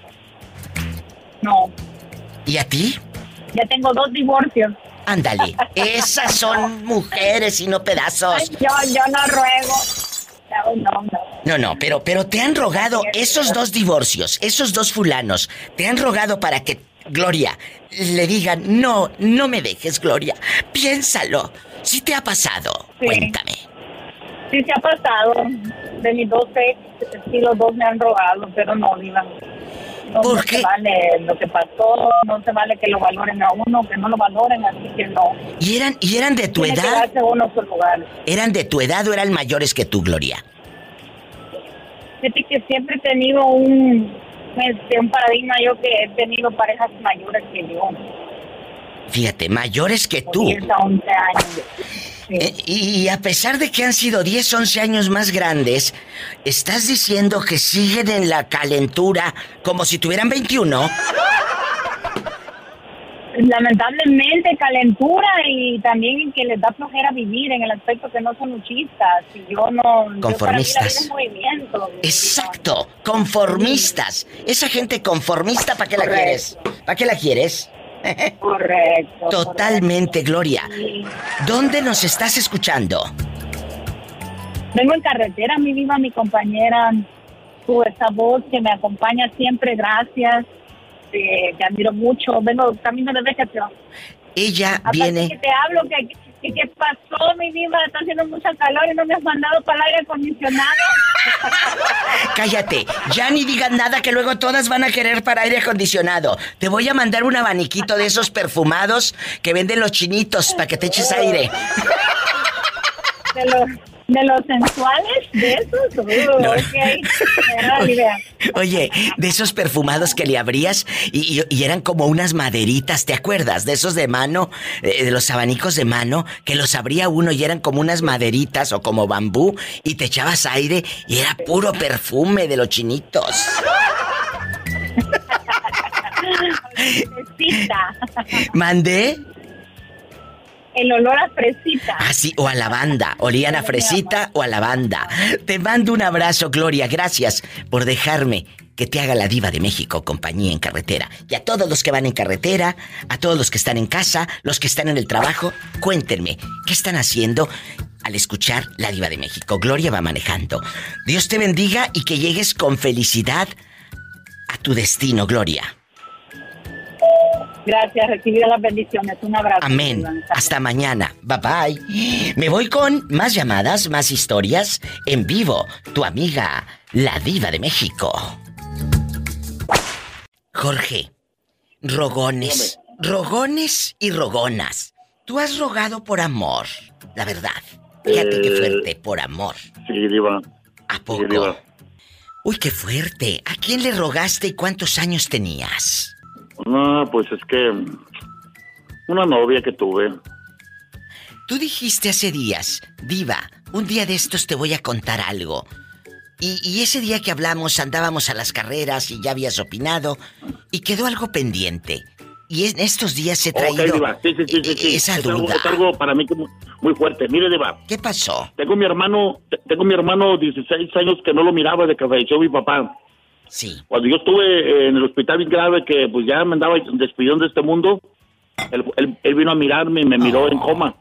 No. ¿Y a ti? Ya tengo 2 divorcios. Ándale, esas son mujeres y no pedazos. Ay, yo no ruego. No, pero te han rogado esos 2 divorcios, esos 2 fulanos, te han rogado para que, Gloria, le digan, no me dejes, Gloria, piénsalo. ¿Sí te ha pasado? Sí. Cuéntame. Sí se ha pasado. De mis 2 ex, sí, los 2 me han rogado, pero no, Diva. No se vale lo que pasó, no se vale que lo valoren a uno, que no lo valoren, así que no. ¿Y eran de tu Tiene edad? que darse uno su lugar. ¿Eran de tu edad o eran mayores que tú, Gloria? Fíjate que siempre he tenido un paradigma, yo que he tenido parejas mayores que yo. Fíjate, mayores que tú. 10 a 11 años. Sí. Y a pesar de que han sido 10, 11 años más grandes, ¿estás diciendo que siguen en la calentura como si tuvieran 21? Lamentablemente calentura y también que les da flojera vivir en el aspecto que no son luchistas. Y yo no... Conformistas. Yo para mí la vida es movimiento. Exacto, conformistas. Esa gente conformista, ¿para qué la quieres? ¿Para qué la quieres? Correcto. Totalmente, correcto. Gloria. Sí. ¿Dónde nos estás escuchando? Vengo en carretera, mi Diva, mi compañera, esa voz que me acompaña siempre, gracias. Te admiro mucho. Vengo camino de vegetación. Ella Aparte viene... que te hablo, ¿qué pasó, mi Diva? Está haciendo mucha calor y no me has mandado para el aire acondicionado. Cállate, ya ni digas nada que luego todas van a querer para aire acondicionado. Te voy a mandar un abaniquito de esos perfumados que venden los chinitos para que te eches aire. De los sensuales, de esos. No. Okay. Me da la idea. Oye, de esos perfumados que le abrías y eran como unas maderitas, ¿te acuerdas? De esos de mano, de los abanicos de mano, que los abría uno y eran como unas maderitas o como bambú y te echabas aire y era puro perfume de los chinitos. Necesita. ¿Mandé? en olor a fresita. Ah, sí, o a lavanda. Olían a fresita o a lavanda. Te mando un abrazo, Gloria. Gracias por dejarme que te haga la Diva de México compañía en carretera. Y a todos los que van en carretera, a todos los que están en casa, los que están en el trabajo, cuéntenme, ¿qué están haciendo al escuchar la Diva de México? Gloria va manejando. Dios te bendiga y que llegues con felicidad a tu destino, Gloria. Gracias, recibí las bendiciones. Un abrazo. Amén. Hasta mañana. Bye bye. Me voy con más llamadas, más historias en vivo. Tu amiga, la Diva de México. Jorge, rogones, rogones y rogonas. Tú has rogado por amor, la verdad. Fíjate qué fuerte, por amor. Sí, Diva. ¿A poco? Sí, Diva. Uy, qué fuerte. ¿A quién le rogaste y cuántos años tenías? No, pues es que una novia que tuve. Tú dijiste hace días, Diva, un día de estos te voy a contar algo. Y ese día que hablamos andábamos a las carreras y ya habías opinado y quedó algo pendiente. Y en estos días he traído Diva. Sí. esa Es duda. algo para mí que muy fuerte. Mire, Diva. ¿Qué pasó? Tengo mi hermano 16 años que no lo miraba de que falleció mi papá. Sí. Cuando yo estuve en el hospital bien grave, que pues ya me andaba despidiendo de este mundo, él vino a mirarme y me miró en coma.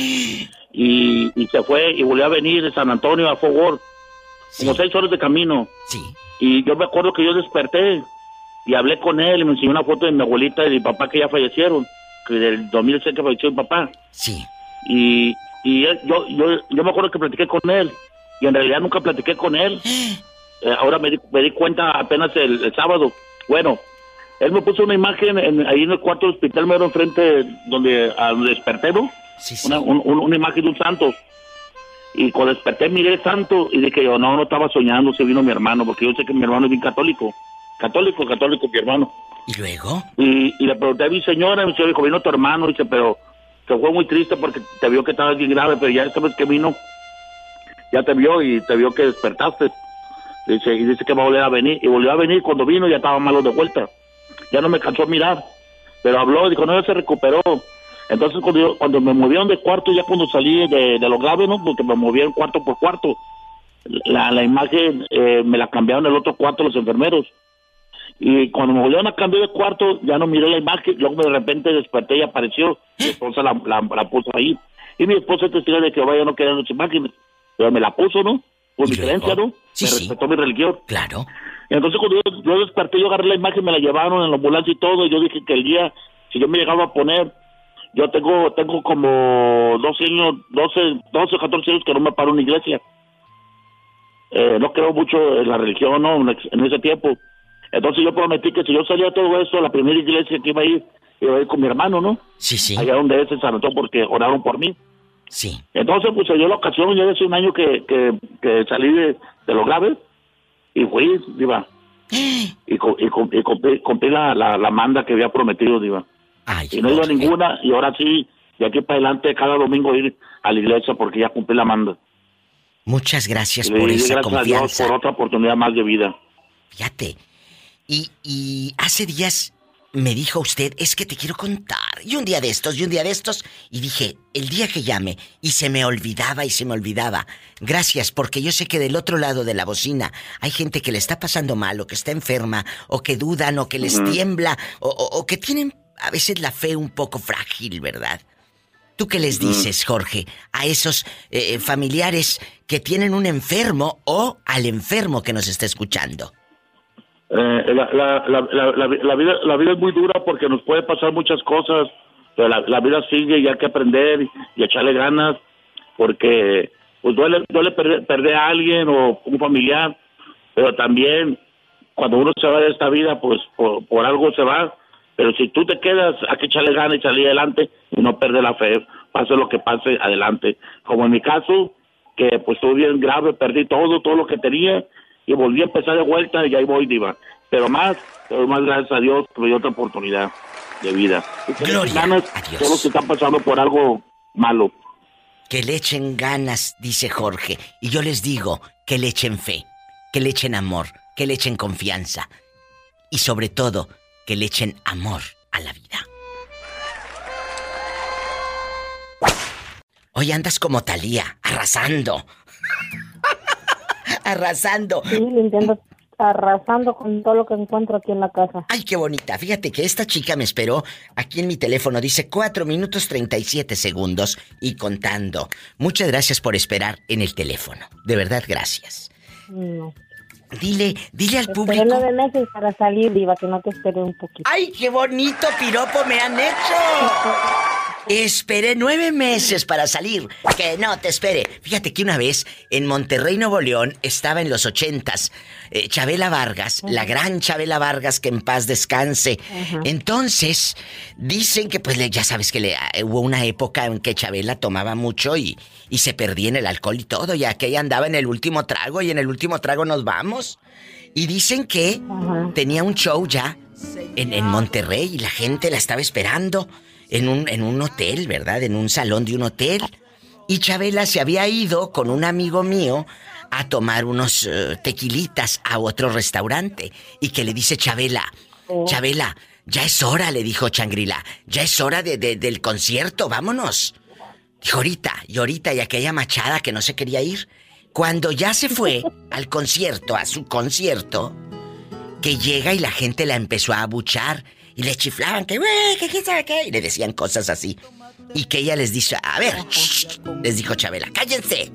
Y se fue y volvió a venir de San Antonio a Fort Worth. Como 6 horas de camino. Sí. Y yo me acuerdo que yo desperté y hablé con él y me enseñó una foto de mi abuelita y de mi papá que ya fallecieron. Que del 2006 que falleció mi papá. Sí. Y yo me acuerdo que platiqué con él. Y en realidad nunca platiqué con él. Ahora me di cuenta apenas el sábado. Bueno, él me puso una imagen ahí en el cuarto del hospital, mero enfrente donde desperté, ¿no? Sí, sí. Una imagen de un santo. Y cuando desperté miré el santo y dije yo, no estaba soñando, se vino mi hermano, porque yo sé que mi hermano es bien católico. Católico mi hermano. ¿Y luego? Y le pregunté a mi señora, me dijo, vino tu hermano, dice, pero se fue muy triste porque te vio que estabas bien grave, pero ya esta vez que vino, ya te vio y te vio que despertaste. Dice que va a volver a venir. Y volvió a venir, cuando vino ya estaba malo de vuelta. Ya no me cansó a mirar. Pero habló, dijo, no, ya se recuperó. Entonces cuando me movieron de cuarto, ya cuando salí de lo grave, ¿no? Porque me movieron cuarto por cuarto. La imagen me la cambiaron el otro cuarto los enfermeros. Y cuando me volvieron a cambiar de cuarto, ya no miré la imagen. Luego de repente desperté y apareció. Mi esposa la puso ahí. Y mi esposa es testigo de que vaya no quedan las imágenes. Pero me la puso, ¿no? Por mi creencia, ¿no? Sí, me respetó mi religión. Claro. Y entonces cuando yo desperté, yo agarré la imagen, me la llevaron en la ambulancia y todo. Y yo dije que el día, si yo me llegaba a poner, yo tengo como 12 o 14 años que no me paro en una iglesia. No creo mucho en la religión, ¿no? En ese tiempo. Entonces yo prometí que si yo salía de todo eso, la primera iglesia que iba a ir con mi hermano, ¿no? Sí, sí. Allá donde él se sanó porque oraron por mí. Sí. Entonces, pues se dio la ocasión, ya hace un año que salí de lo grave y fui, Diva. Y cumplí la manda que había prometido, Diva. Ay, y no he ido a ninguna, y ahora sí, de aquí para adelante, cada domingo ir a la iglesia porque ya cumplí la manda. Muchas gracias Y por esa gracias confianza. a Dios por otra oportunidad más de vida. Fíjate. Y hace días me dijo usted, es que te quiero contar. Y un día de estos, y dije, el día que llame, y se me olvidaba. Gracias, porque yo sé que del otro lado de la bocina hay gente que le está pasando mal, o que está enferma, o que dudan, o que les tiembla, o que tienen a veces la fe un poco frágil, ¿verdad? ¿Tú qué les dices, Jorge, a esos familiares que tienen un enfermo o al enfermo que nos está escuchando? La vida es muy dura porque nos puede pasar muchas cosas, pero la vida sigue y hay que aprender y echarle ganas, porque pues duele perder a alguien o un familiar, pero también cuando uno se va de esta vida, pues por algo se va, pero si tú te quedas, hay que echarle ganas y salir adelante y no perder la fe, pase lo que pase, adelante. Como en mi caso, que pues estuve bien grave, perdí todo lo que tenía, y volví a empezar de vuelta y ahí voy, Diva. Pero más gracias a Dios que me dio otra oportunidad de vida. Gloria a Dios. Todos los que están pasando por algo malo. Que le echen ganas, dice Jorge. Y yo les digo que le echen fe, que le echen amor, que le echen confianza. Y sobre todo, que le echen amor a la vida. Hoy andas como Thalía, arrasando. Arrasando. Sí, limpiando, arrasando con todo lo que encuentro aquí en la casa. Ay, qué bonita. Fíjate que esta chica me esperó aquí en mi teléfono. Dice 4 minutos 37 segundos y contando. Muchas gracias por esperar en el teléfono. De verdad, gracias. No. Dile al público. Esperé 9 meses para salir, Diva, que no te esperé un poquito. ¡Ay, qué bonito piropo me han hecho! Esperé 9 meses para salir. Que no te espere. Fíjate que una vez en Monterrey, Nuevo León, estaba en los 80s. Chabela Vargas, la gran Chabela Vargas, que en paz descanse. Entonces, dicen que pues ya sabes que hubo una época en que Chabela tomaba mucho y se perdía en el alcohol y todo. Y aquella andaba en el último trago y en el último trago nos vamos. Y dicen que tenía un show ya en Monterrey y la gente la estaba esperando. En un hotel, ¿verdad? En un salón de un hotel. Y Chabela se había ido con un amigo mío a tomar unos tequilitas a otro restaurante. Y que le dice Chabela, Chabela, ya es hora, le dijo Shangri-La. Ya es hora del concierto, vámonos. Dijo, ahorita, y aquella machada que no se quería ir. Cuando ya se fue al concierto, a su concierto, que llega y la gente la empezó a abuchar. Y le chiflaban que, güey, que quién sabe qué. Y le decían cosas así. Y que ella les dice, a ver, les dijo Chabela, cállense.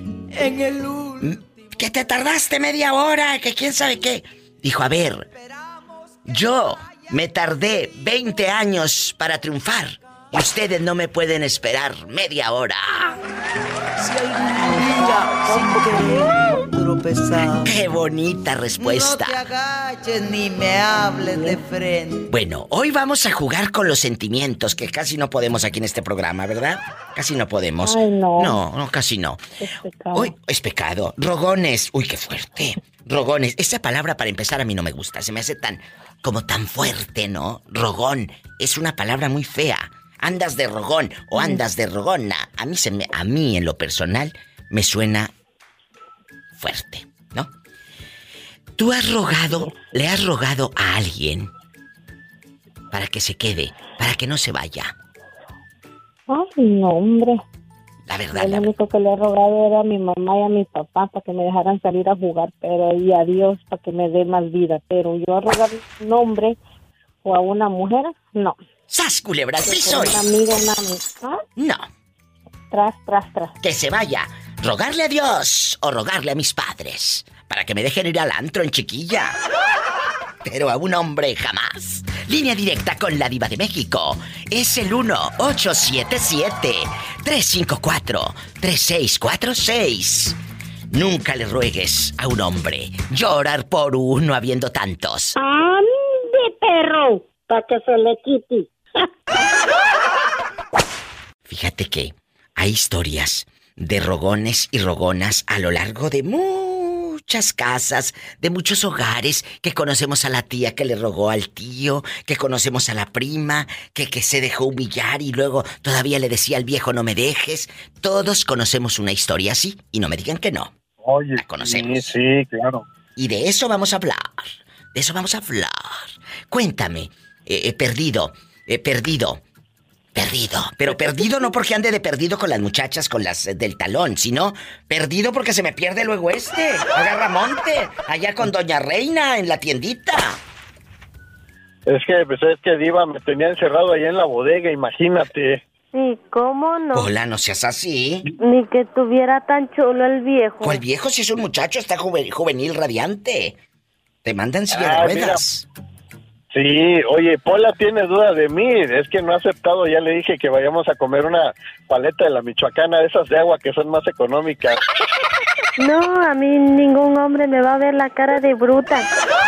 Que te tardaste media hora, que quién sabe qué. Dijo, a ver, yo me tardé 20 años para triunfar. Y ustedes no me pueden esperar media hora. Si algún día sin querer tropezar. ¡Qué bonita respuesta! No te agaches ni me hables de frente. Bueno, hoy vamos a jugar con los sentimientos, que casi no podemos aquí en este programa, ¿verdad? Casi no podemos. Ay, no. No, casi no. Es pecado. Hoy es pecado. Rogones. Uy, qué fuerte. Rogones. Esa palabra para empezar a mí no me gusta. Se me hace tan fuerte, ¿no? Rogón. Es una palabra muy fea. Andas de rogón o andas de rogona. A mí en lo personal me suena fuerte, ¿no? ¿Tú le has rogado a alguien para que se quede, para que no se vaya? Ay, no, hombre. La verdad. Lo único que le he rogado era a mi mamá y a mi papá para que me dejaran salir a jugar, y a Dios para que me dé más vida. Pero yo a rogar un hombre o a una mujer, no. ¡Sas, culebra al piso! Un amigo, una amistad. No. Tras. Que se vaya. ¿Rogarle a Dios o rogarle a mis padres? Para que me dejen ir al antro en chiquilla. Pero a un hombre jamás. Línea directa con la Diva de México. Es el 1-877-354-3646. Nunca le ruegues a un hombre llorar por uno habiendo tantos. ¡Ande, perro! Para que se le quite. Fíjate que hay historias de rogones y rogonas a lo largo de muchas casas, de muchos hogares, que conocemos a la tía que le rogó al tío, que conocemos a la prima, que se dejó humillar y luego todavía le decía al viejo no me dejes. Todos conocemos una historia así y no me digan que no. Oye, la conocemos. Sí, claro. Y de eso vamos a hablar. Cuéntame, perdido. Pero perdido no porque ande de perdido con las muchachas, con las del talón, sino perdido porque se me pierde luego agarra monte, allá con Doña Reina en la tiendita. Es que Diva me tenía encerrado allá en la bodega, imagínate. Sí, ¿cómo no? Hola, no seas así. Ni que tuviera tan chulo el viejo. ¿Cuál viejo? Si es un muchacho, está juvenil, radiante. Te mandan silla de ruedas. Mira. Sí, oye, Pola tiene duda de mí, es que no ha aceptado, ya le dije que vayamos a comer una paleta de la Michoacana, de esas de agua que son más económicas. No, a mí ningún hombre me va a ver la cara de bruta.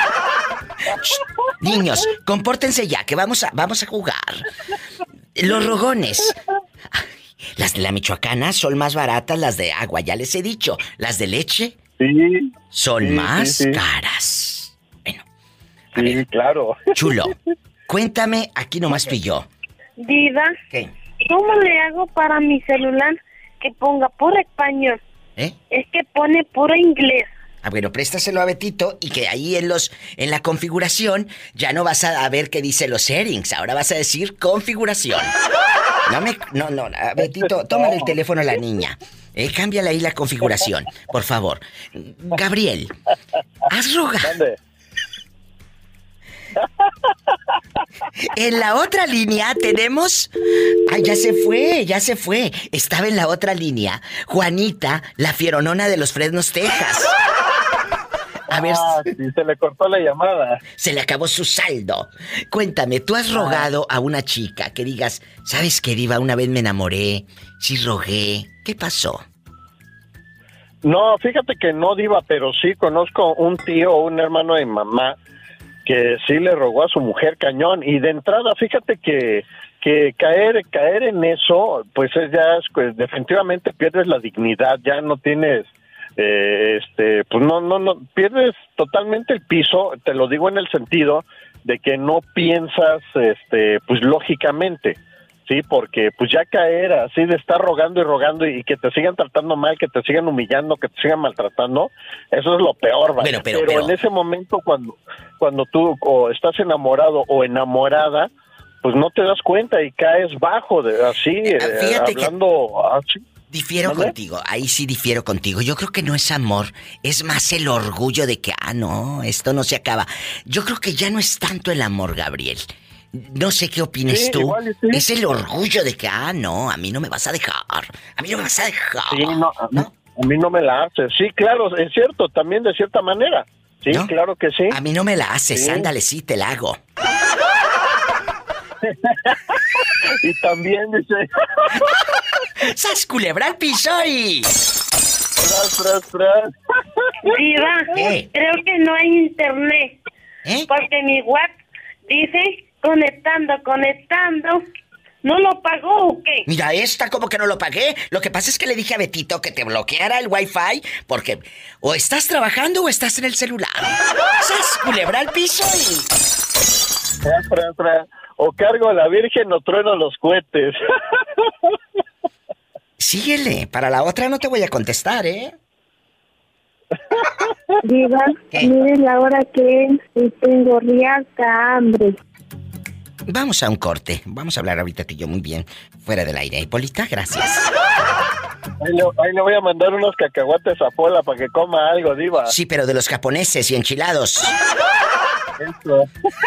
Niños, compórtense ya, que vamos a jugar. Los rogones. Las de la Michoacana son más baratas, las de agua, ya les he dicho. Las de leche son más caras. Bueno. Sí, claro. Chulo, cuéntame, aquí nomás tú y yo. Diva, ¿qué? ¿Cómo le hago para mi celular que ponga puro español? Es que pone puro inglés. Ah, bueno, préstaselo a Betito y que ahí en la configuración ya no vas a ver qué dice los settings, ahora vas a decir configuración. No, Betito, tómale el teléfono a la niña. Cámbiale ahí la configuración, por favor. Gabriel, ¿has rogado? ¿Dónde? En la otra línea tenemos... Ay, ya se fue. Estaba en la otra línea Juanita, la fieronona de los Fresnos, Texas. A ver... sí, se le cortó la llamada. Se le acabó su saldo. Cuéntame, ¿tú has rogado a una chica que digas, ¿sabes qué, diva? Una vez me enamoré, sí rogué. ¿Qué pasó? No, fíjate que no, diva, pero sí conozco un tío o un hermano de mamá que sí le rogó a su mujer cañón. Y de entrada, fíjate que caer en eso, pues pues definitivamente pierdes la dignidad, ya no tienes... pues no, pierdes totalmente el piso, te lo digo en el sentido de que no piensas, pues lógicamente, sí, porque pues ya caer así de estar rogando y rogando y que te sigan tratando mal, que te sigan humillando, que te sigan maltratando, eso es lo peor, ¿vale? Pero en ese momento cuando tú o estás enamorado o enamorada, pues no te das cuenta y caes bajo de así, hablando así. Difiero contigo, ahí sí difiero contigo. Yo creo que no es amor, es más el orgullo de que, no, esto no se acaba. Yo creo que ya no es tanto el amor, Gabriel. No sé qué opines tú. Sí. Es el orgullo de que, no, a mí no me vas a dejar. A mí no me vas a dejar. Sí, no, a mí no me la haces. Sí, claro, es cierto, también de cierta manera. Sí, ¿no? Claro que sí. A mí no me la haces, sí. Ándale, sí, te la hago. Y también dice... ¡Sas, culebra al piso y... Tras! Diva, creo que no hay internet. Porque mi WhatsApp dice conectando. ¿No lo pagó o qué? Mira, ¿cómo que no lo pagué? Lo que pasa es que le dije a Betito que te bloqueara el Wi-Fi porque o estás trabajando o estás en el celular. ¡Sas, culebra al piso y... Tras! O cargo a la Virgen o trueno los cohetes. Síguele, para la otra no te voy a contestar, ¿eh? Diva, mire la hora que es y tengo riata hambre. Vamos a un corte, vamos a hablar ahorita tú y yo muy bien, fuera del aire. Hipólita, gracias. Ahí le voy a mandar unos cacahuates a Pola para que coma algo, diva. Sí, pero de los japoneses y enchilados. Eso.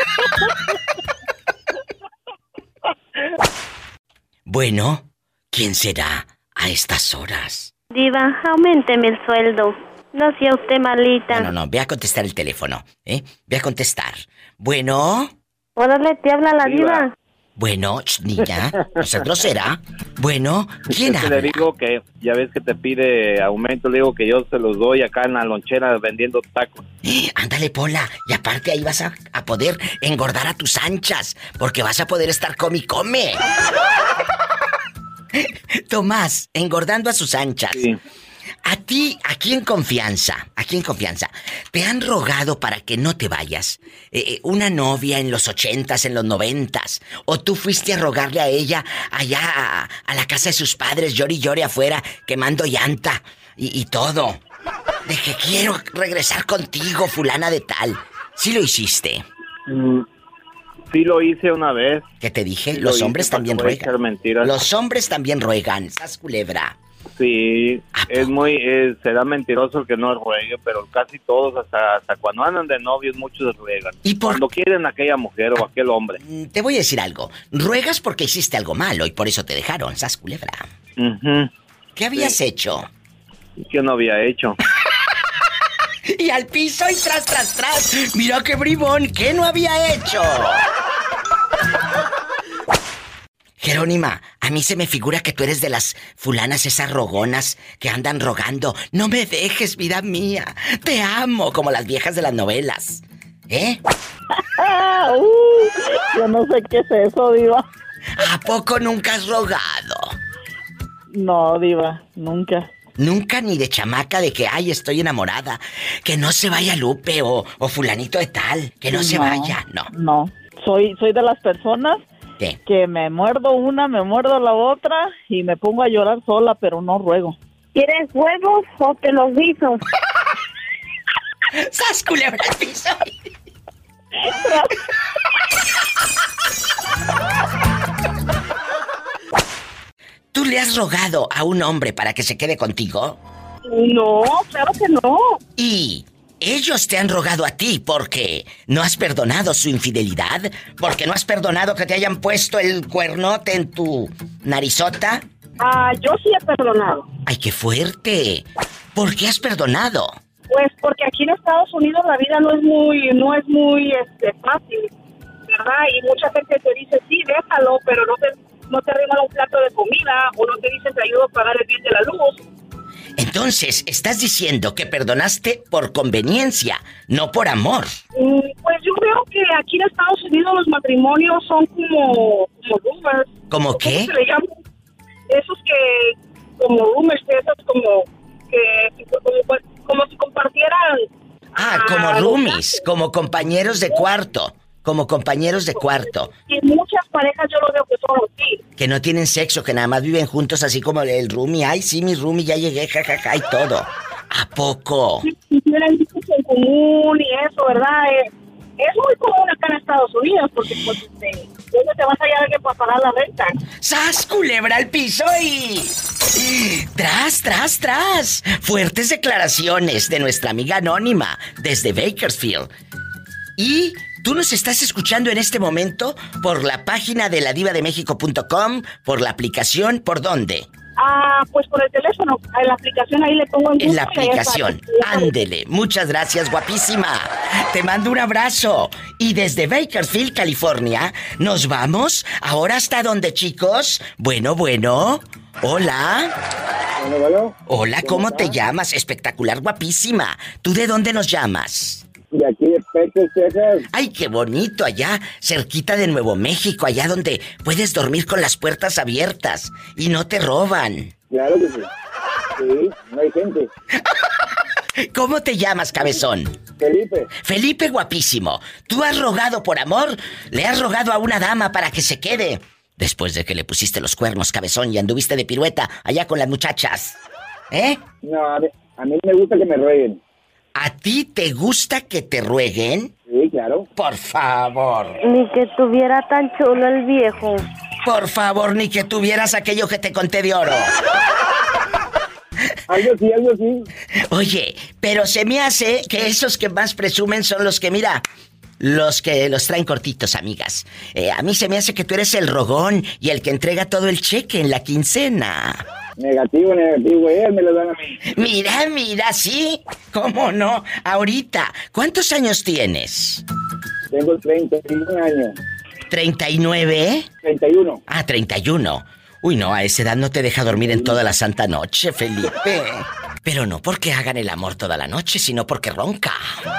Bueno, ¿quién será a estas horas? Diva, auménteme el sueldo. No sea usted malita. No, ve a contestar el teléfono, Ve a contestar. Bueno. Órale, te habla la diva. Bueno, niña, no seas grosera. Bueno, ¿quién habla? Le digo que, ya ves que te pide aumento, le digo que yo se los doy acá en la lonchera vendiendo tacos. Ándale, Pola, y aparte ahí vas a poder engordar a tus anchas, porque vas a poder estar come y come. Tomás, engordando a sus anchas. Sí. A ti, aquí en confianza, ¿te han rogado para que no te vayas? Una novia en los 80s, en los 90s, o tú fuiste a rogarle a ella allá a la casa de sus padres, llore afuera, quemando llanta y todo. De que quiero regresar contigo, fulana de tal. ¿Sí lo hiciste? Sí lo hice una vez. ¿Qué te dije? Los hombres también ruegan. Los hombres también ruegan, sas culebra. Sí, será mentiroso el que no ruegue, pero casi todos, hasta cuando andan de novios, muchos ruegan. ¿Y cuando quieren a aquella mujer o a aquel hombre? Te voy a decir algo. Ruegas porque hiciste algo malo y por eso te dejaron, sas culebra. ¿Qué habías hecho? ¿Qué no había hecho? Y al piso y tras. Mira qué bribón, ¿qué no había hecho? Jerónima, a mí se me figura que tú eres de las fulanas esas rogonas que andan rogando. No me dejes, vida mía. Te amo, como las viejas de las novelas. Yo no sé qué es eso, diva. ¿A poco nunca has rogado? No, diva, nunca. Nunca, ni de chamaca de que, estoy enamorada. Que no se vaya Lupe o fulanito de tal. Que no se vaya, no. No, soy de las personas... ¿Qué? Que me muerdo una, me muerdo la otra y me pongo a llorar sola, pero no ruego. ¿Quieres huevos o te los guiso? ¡Sas, culebra al piso! le has rogado a un hombre para que se quede contigo? No, claro que no. ¿Y ellos te han rogado a ti porque no has perdonado su infidelidad? ¿Porque no has perdonado que te hayan puesto el cuernote en tu narizota? Yo sí he perdonado. ¡Ay, qué fuerte! ¿Por qué has perdonado? Pues porque aquí en Estados Unidos la vida no es muy fácil, ¿verdad? Y mucha gente te dice, sí, déjalo, pero no te arregla un plato de comida, o no te dice, te ayudo a pagar el bill de la luz. Entonces, estás diciendo que perdonaste por conveniencia, no por amor. Pues yo veo que aquí en Estados Unidos los matrimonios son como roomers. ¿Cómo qué? ¿Cómo se le llama? Esos que, como roomers, esos como si compartieran... Como roomies, como compañeros de cuarto. Como compañeros de cuarto. Y muchas parejas yo lo veo que son así. Que no tienen sexo, que nada más viven juntos así como el roomie. Ay, sí, mi roomie, ya llegué, jajaja, y todo. ¿A poco? Y tienen hijos en común y eso, ¿verdad? Es muy común acá en Estados Unidos, porque pues ¿dónde te vas a hallar alguien para pagar la renta? ¡Sas, culebra al piso y... ¡Tras, tras, tras! Fuertes declaraciones de nuestra amiga anónima desde Bakersfield. Y... tú nos estás escuchando en este momento por la página de ladivademexico.com, por la aplicación, ¿por dónde? Pues por el teléfono, en la aplicación ahí le pongo en la aplicación. Ándele, muchas gracias, guapísima. Te mando un abrazo. Y desde Bakersfield, California, nos vamos ahora hasta dónde, chicos. Bueno. Hola. Bueno. Hola, ¿cómo te llamas? Espectacular, guapísima. ¿Tú de dónde nos llamas? De aquí de Pecos, Texas. ¡Ay, qué bonito! Allá, cerquita de Nuevo México, allá donde puedes dormir con las puertas abiertas y no te roban. Claro que sí. Sí, no hay gente. ¿Cómo te llamas, cabezón? Felipe. Felipe, guapísimo. ¿Tú has rogado por amor? ¿Le has rogado a una dama para que se quede? Después de que le pusiste los cuernos, cabezón, y anduviste de pirueta allá con las muchachas. ¿Eh? No, a mí me gusta que me rueguen. ¿A ti te gusta que te rueguen? Sí, claro. Por favor. Ni que tuviera tan chulo el viejo. Por favor, ni que tuvieras aquello que te conté de oro. Algo así. Oye, pero se me hace que esos que más presumen son los que, mira, los que los traen cortitos, amigas. A mí se me hace que tú eres el rogón y el que entrega todo el cheque en la quincena. Negativo, me lo dan a mí. Mira, ¿sí? ¿Cómo no? Ahorita, ¿cuántos años tienes? Tengo 31 años. ¿39? 31. 31. Uy, no, a esa edad no te deja dormir en toda la santa noche, Felipe. Pero no porque hagan el amor toda la noche, sino porque ronca.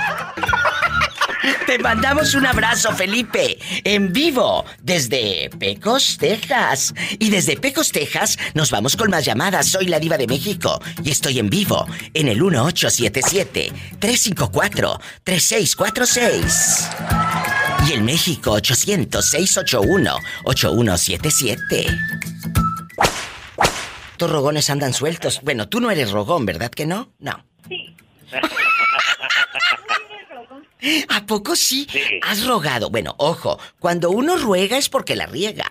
Te mandamos un abrazo, Felipe, en vivo desde Pecos, Texas. Y desde Pecos, Texas, nos vamos con más llamadas. Soy la Diva de México y estoy en vivo en el 1877-354-3646. Y en México, 800-681-8177. Tus rogones andan sueltos. Bueno, tú no eres rogón, ¿verdad que no? No. Sí. ¿A poco sí? Sí. ¿Has rogado? Bueno, ojo, cuando uno ruega es porque la riega.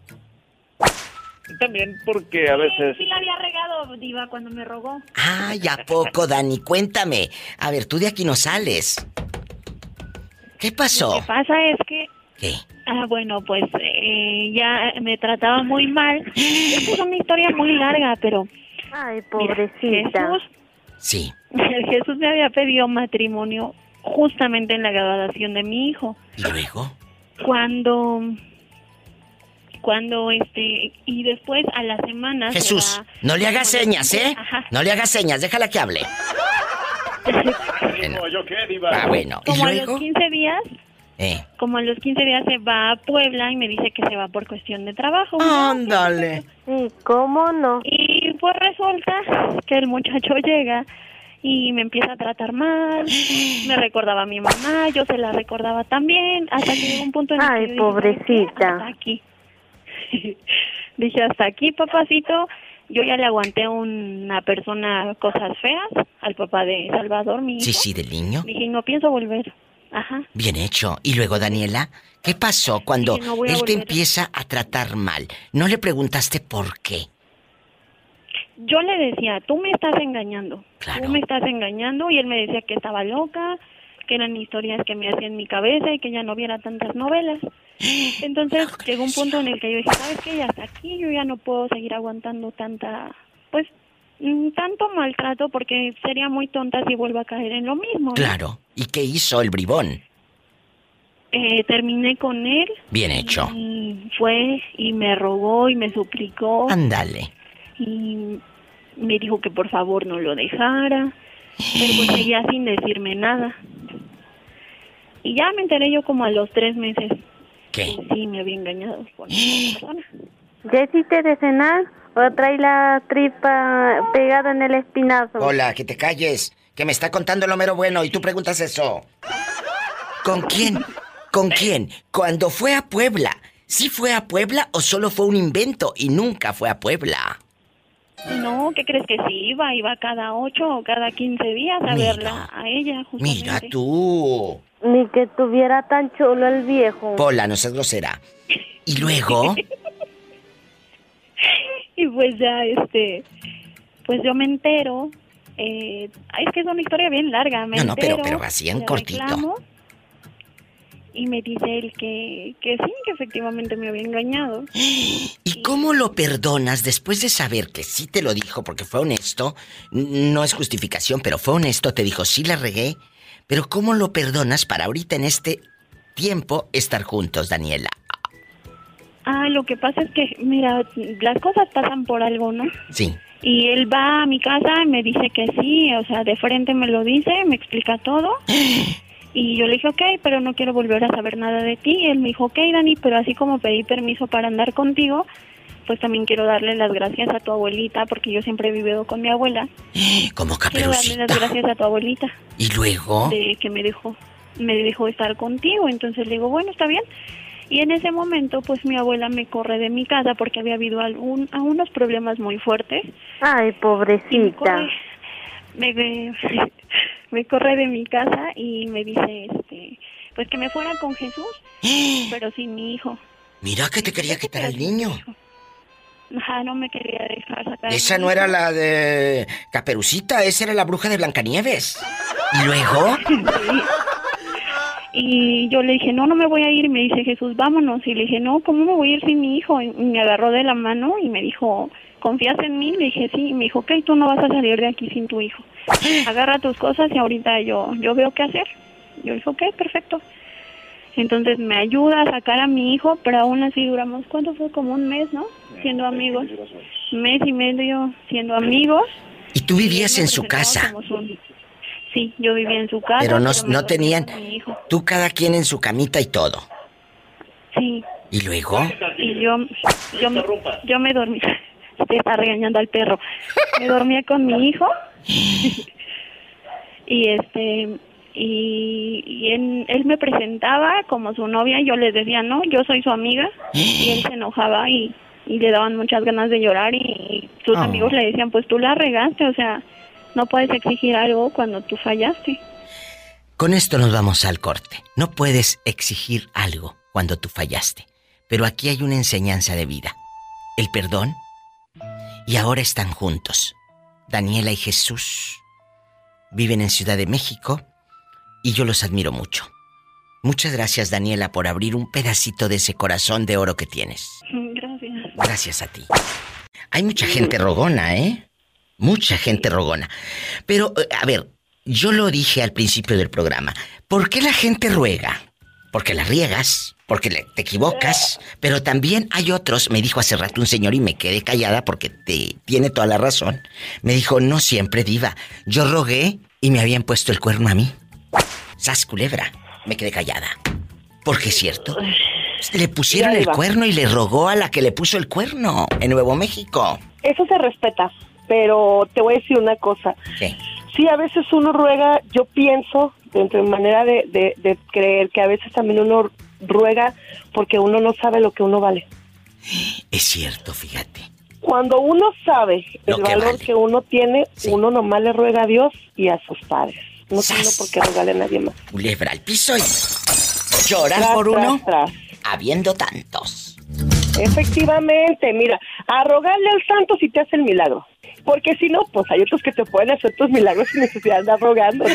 También porque a veces... Sí la había regado, Diva, cuando me rogó. Ay, ¿a poco, Dani? Cuéntame. A ver, tú de aquí no sales. ¿Qué pasó? Lo que pasa es que... ¿Qué? Bueno, pues ya me trataba muy mal. Esta es una historia muy larga, pero... Ay, pobrecita. Jesús me había pedido matrimonio justamente en la graduación de mi hijo. ¿Y luego? Cuando y después a la semana Jesús, no le hagas señas, ¿eh? Ajá. No le hagas señas, déjala que hable. Bueno. ¿Yo qué, Diva? Bueno, ¿y Como luego? a los 15 días, se va a Puebla y me dice que se va por cuestión de trabajo. Ándale. Sí, ¿cómo no? Y pues resulta que el muchacho llega y me empieza a tratar mal, me recordaba a mi mamá, yo se la recordaba también, hasta que llegó un punto en el que yo dije, pobrecita. hasta aquí. Dije, hasta aquí, papacito. Yo ya le aguanté a una persona cosas feas, al papá de Salvador, mi hijo. Sí, del niño. Dije, no pienso volver. Ajá. Bien hecho. Y luego, Daniela, ¿qué pasó cuando Dije, no voy a él te volver. empieza a tratar mal? ¿No le preguntaste por qué? yo le decía, tú me estás engañando, tú me estás engañando, y él me decía que estaba loca, que eran historias que me hacían en mi cabeza y que ya no viera tantas novelas. Entonces llegó un punto en el que yo dije, ¿sabes qué? Ya hasta aquí, yo ya no puedo seguir aguantando tanto maltrato, porque sería muy tonta si vuelvo a caer en lo mismo, ¿no? Claro. ¿Y qué hizo el bribón? Terminé con él. Bien hecho. Y fue y me rogó y me suplicó. Ándale. Y me dijo que por favor no lo dejara, pero pues seguía sin decirme nada. Y ya me enteré yo como a los 3 meses. ¿Qué? Que sí, me había engañado con esa persona. ¿Ya hiciste de cenar o trae la tripa pegada en el espinazo? Hola, que te calles, que me está contando lo mero bueno y tú preguntas eso. ¿Con quién? ¿Con quién? Cuando fue a Puebla, ¿sí fue a Puebla o solo fue un invento y nunca fue a Puebla? No, ¿qué crees que sí iba? Iba cada 8 o cada 15 días a verla a ella, justamente. Mira tú. Ni que tuviera tan chulo el viejo. Pola, no seas grosera. ¿Y luego? Y pues ya, pues yo me entero. Es que es una historia bien larga. No, pero así en cortito. Reclamo, y me dice él que sí, que efectivamente me había engañado. ¿Y cómo lo perdonas después de saber que sí te lo dijo, porque fue honesto? No es justificación, pero fue honesto, te dijo, sí la regué. Pero ¿cómo lo perdonas para ahorita en este tiempo estar juntos, Daniela? Lo que pasa es que, mira, las cosas pasan por algo, ¿no? Sí. Y él va a mi casa y me dice que sí, o sea, de frente me lo dice, me explica todo. Y yo le dije, ok, pero no quiero volver a saber nada de ti. Y él me dijo, ok, Dani, pero así como pedí permiso para andar contigo, pues también quiero darle las gracias a tu abuelita, porque yo siempre he vivido con mi abuela. Como Quiero darle las gracias a tu abuelita. ¿Y luego? De que me dejó estar contigo. Entonces le digo, bueno, está bien. Y en ese momento, pues mi abuela me corre de mi casa porque había habido algunos problemas muy fuertes. Ay, pobrecita. Me corre de mi casa y me dice, pues que me fuera con Jesús, pero sin mi hijo. Mira que te quería quitar al niño. Ajá, no me quería dejar sacar. Esa no era la de Caperucita, esa era la bruja de Blancanieves. ¿Y luego? Sí. Y yo le dije, no me voy a ir. Y me dice, Jesús, vámonos. Y le dije, no, ¿cómo me voy a ir sin mi hijo? Y me agarró de la mano y me dijo, ¿confías en mí? Le dije, sí. Y me dijo, ok, tú no vas a salir de aquí sin tu hijo. Agarra tus cosas y ahorita yo veo qué hacer. Yo le dije, ok, perfecto. Entonces me ayuda a sacar a mi hijo, pero aún así duramos, ¿cuánto fue? Como un mes, ¿no? Siendo amigos. Mes y medio siendo amigos. ¿Y tú vivías en su casa? Sí, yo vivía en su casa. Pero no tenían... Tú cada quien en su camita y todo. Sí. ¿Y luego? Y yo me dormí. Te está regañando al perro. Me dormía con mi hijo. Y él me presentaba como su novia y yo le decía, no, yo soy su amiga. Y él se enojaba y le daban muchas ganas de llorar y sus amigos le decían, pues tú la regaste, o sea, no puedes exigir algo cuando tú fallaste. Con esto nos vamos al corte. No puedes exigir algo cuando tú fallaste. Pero aquí hay una enseñanza de vida. El perdón. Y ahora están juntos. Daniela y Jesús viven en Ciudad de México y yo los admiro mucho. Muchas gracias, Daniela, por abrir un pedacito de ese corazón de oro que tienes. Gracias. Gracias a ti. Hay mucha gente rogona, ¿eh? Mucha gente rogona. Pero, a ver, yo lo dije al principio del programa. ¿Por qué la gente ruega? Porque la riegas, porque te equivocas, pero también hay otros, me dijo hace rato un señor y me quedé callada porque tiene toda la razón. Me dijo, no siempre, diva. Yo rogué y me habían puesto el cuerno a mí. ¡Sas, culebra! Me quedé callada. Porque es cierto. Le pusieron el cuerno y le rogó a la que le puso el cuerno en Nuevo México. Eso se respeta, pero te voy a decir una cosa. ¿Qué? Sí, a veces uno ruega, yo pienso, dentro de manera de creer que a veces también uno ruega porque uno no sabe lo que uno vale. Es cierto, fíjate. Cuando uno sabe el valor que uno tiene, uno nomás le ruega a Dios y a sus padres. No tiene por qué rogarle a nadie más. Culebra al piso y llorar por uno, habiendo tantos. Efectivamente, mira, a rogarle al santo si te hace el milagro. Porque si no, pues hay otros que te pueden hacer tus milagros sin necesidad de andar rogando.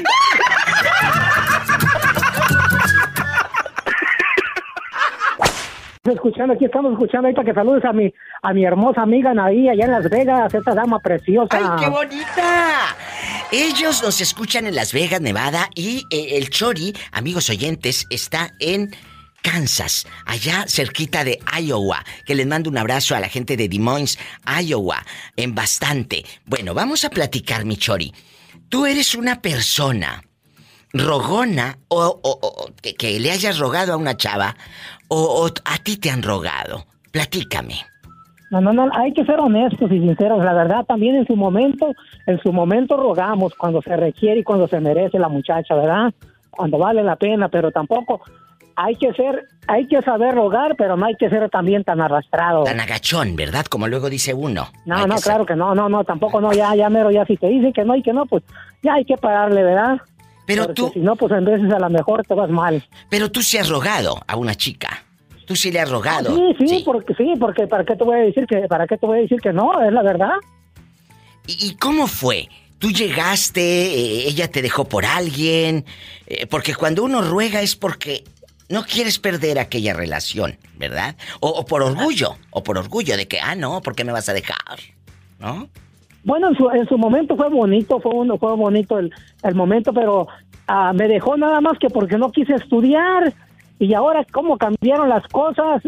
Aquí estamos escuchando ahí para que saludes a mi hermosa amiga Naí allá en Las Vegas, esta dama preciosa. ¡Ay, qué bonita! Ellos nos escuchan en Las Vegas, Nevada, y el Chori, amigos oyentes, está en Kansas, allá cerquita de Iowa, que les mando un abrazo a la gente de Des Moines, Iowa, en bastante. Bueno, vamos a platicar, mi Chori. Tú eres una persona rogona o que le hayas rogado a una chava o a ti te han rogado. Platícame. No, hay que ser honestos y sinceros. La verdad, también en su momento rogamos cuando se requiere y cuando se merece la muchacha, ¿verdad? Cuando vale la pena, pero tampoco hay que saber rogar, pero no hay que ser también tan arrastrado. Tan agachón, ¿verdad? Como luego dice uno. No, claro que no, tampoco no, ya mero, ya si te dicen que no, pues ya hay que pararle, ¿verdad? Pero porque tú... si no, pues en veces a lo mejor te vas mal. Pero tú sí has rogado a una chica. Tú sí le has rogado. Sí, porque ¿para qué te voy a decir que no? Es la verdad. ¿Y cómo fue? ¿Tú llegaste, ella te dejó por alguien? Porque cuando uno ruega es porque no quieres perder aquella relación, ¿verdad? O por orgullo de que, no, ¿por qué me vas a dejar? ¿No? Bueno, en su momento fue bonito, fue bonito el momento, pero me dejó nada más que porque no quise estudiar. Y ahora, cómo cambiaron las cosas,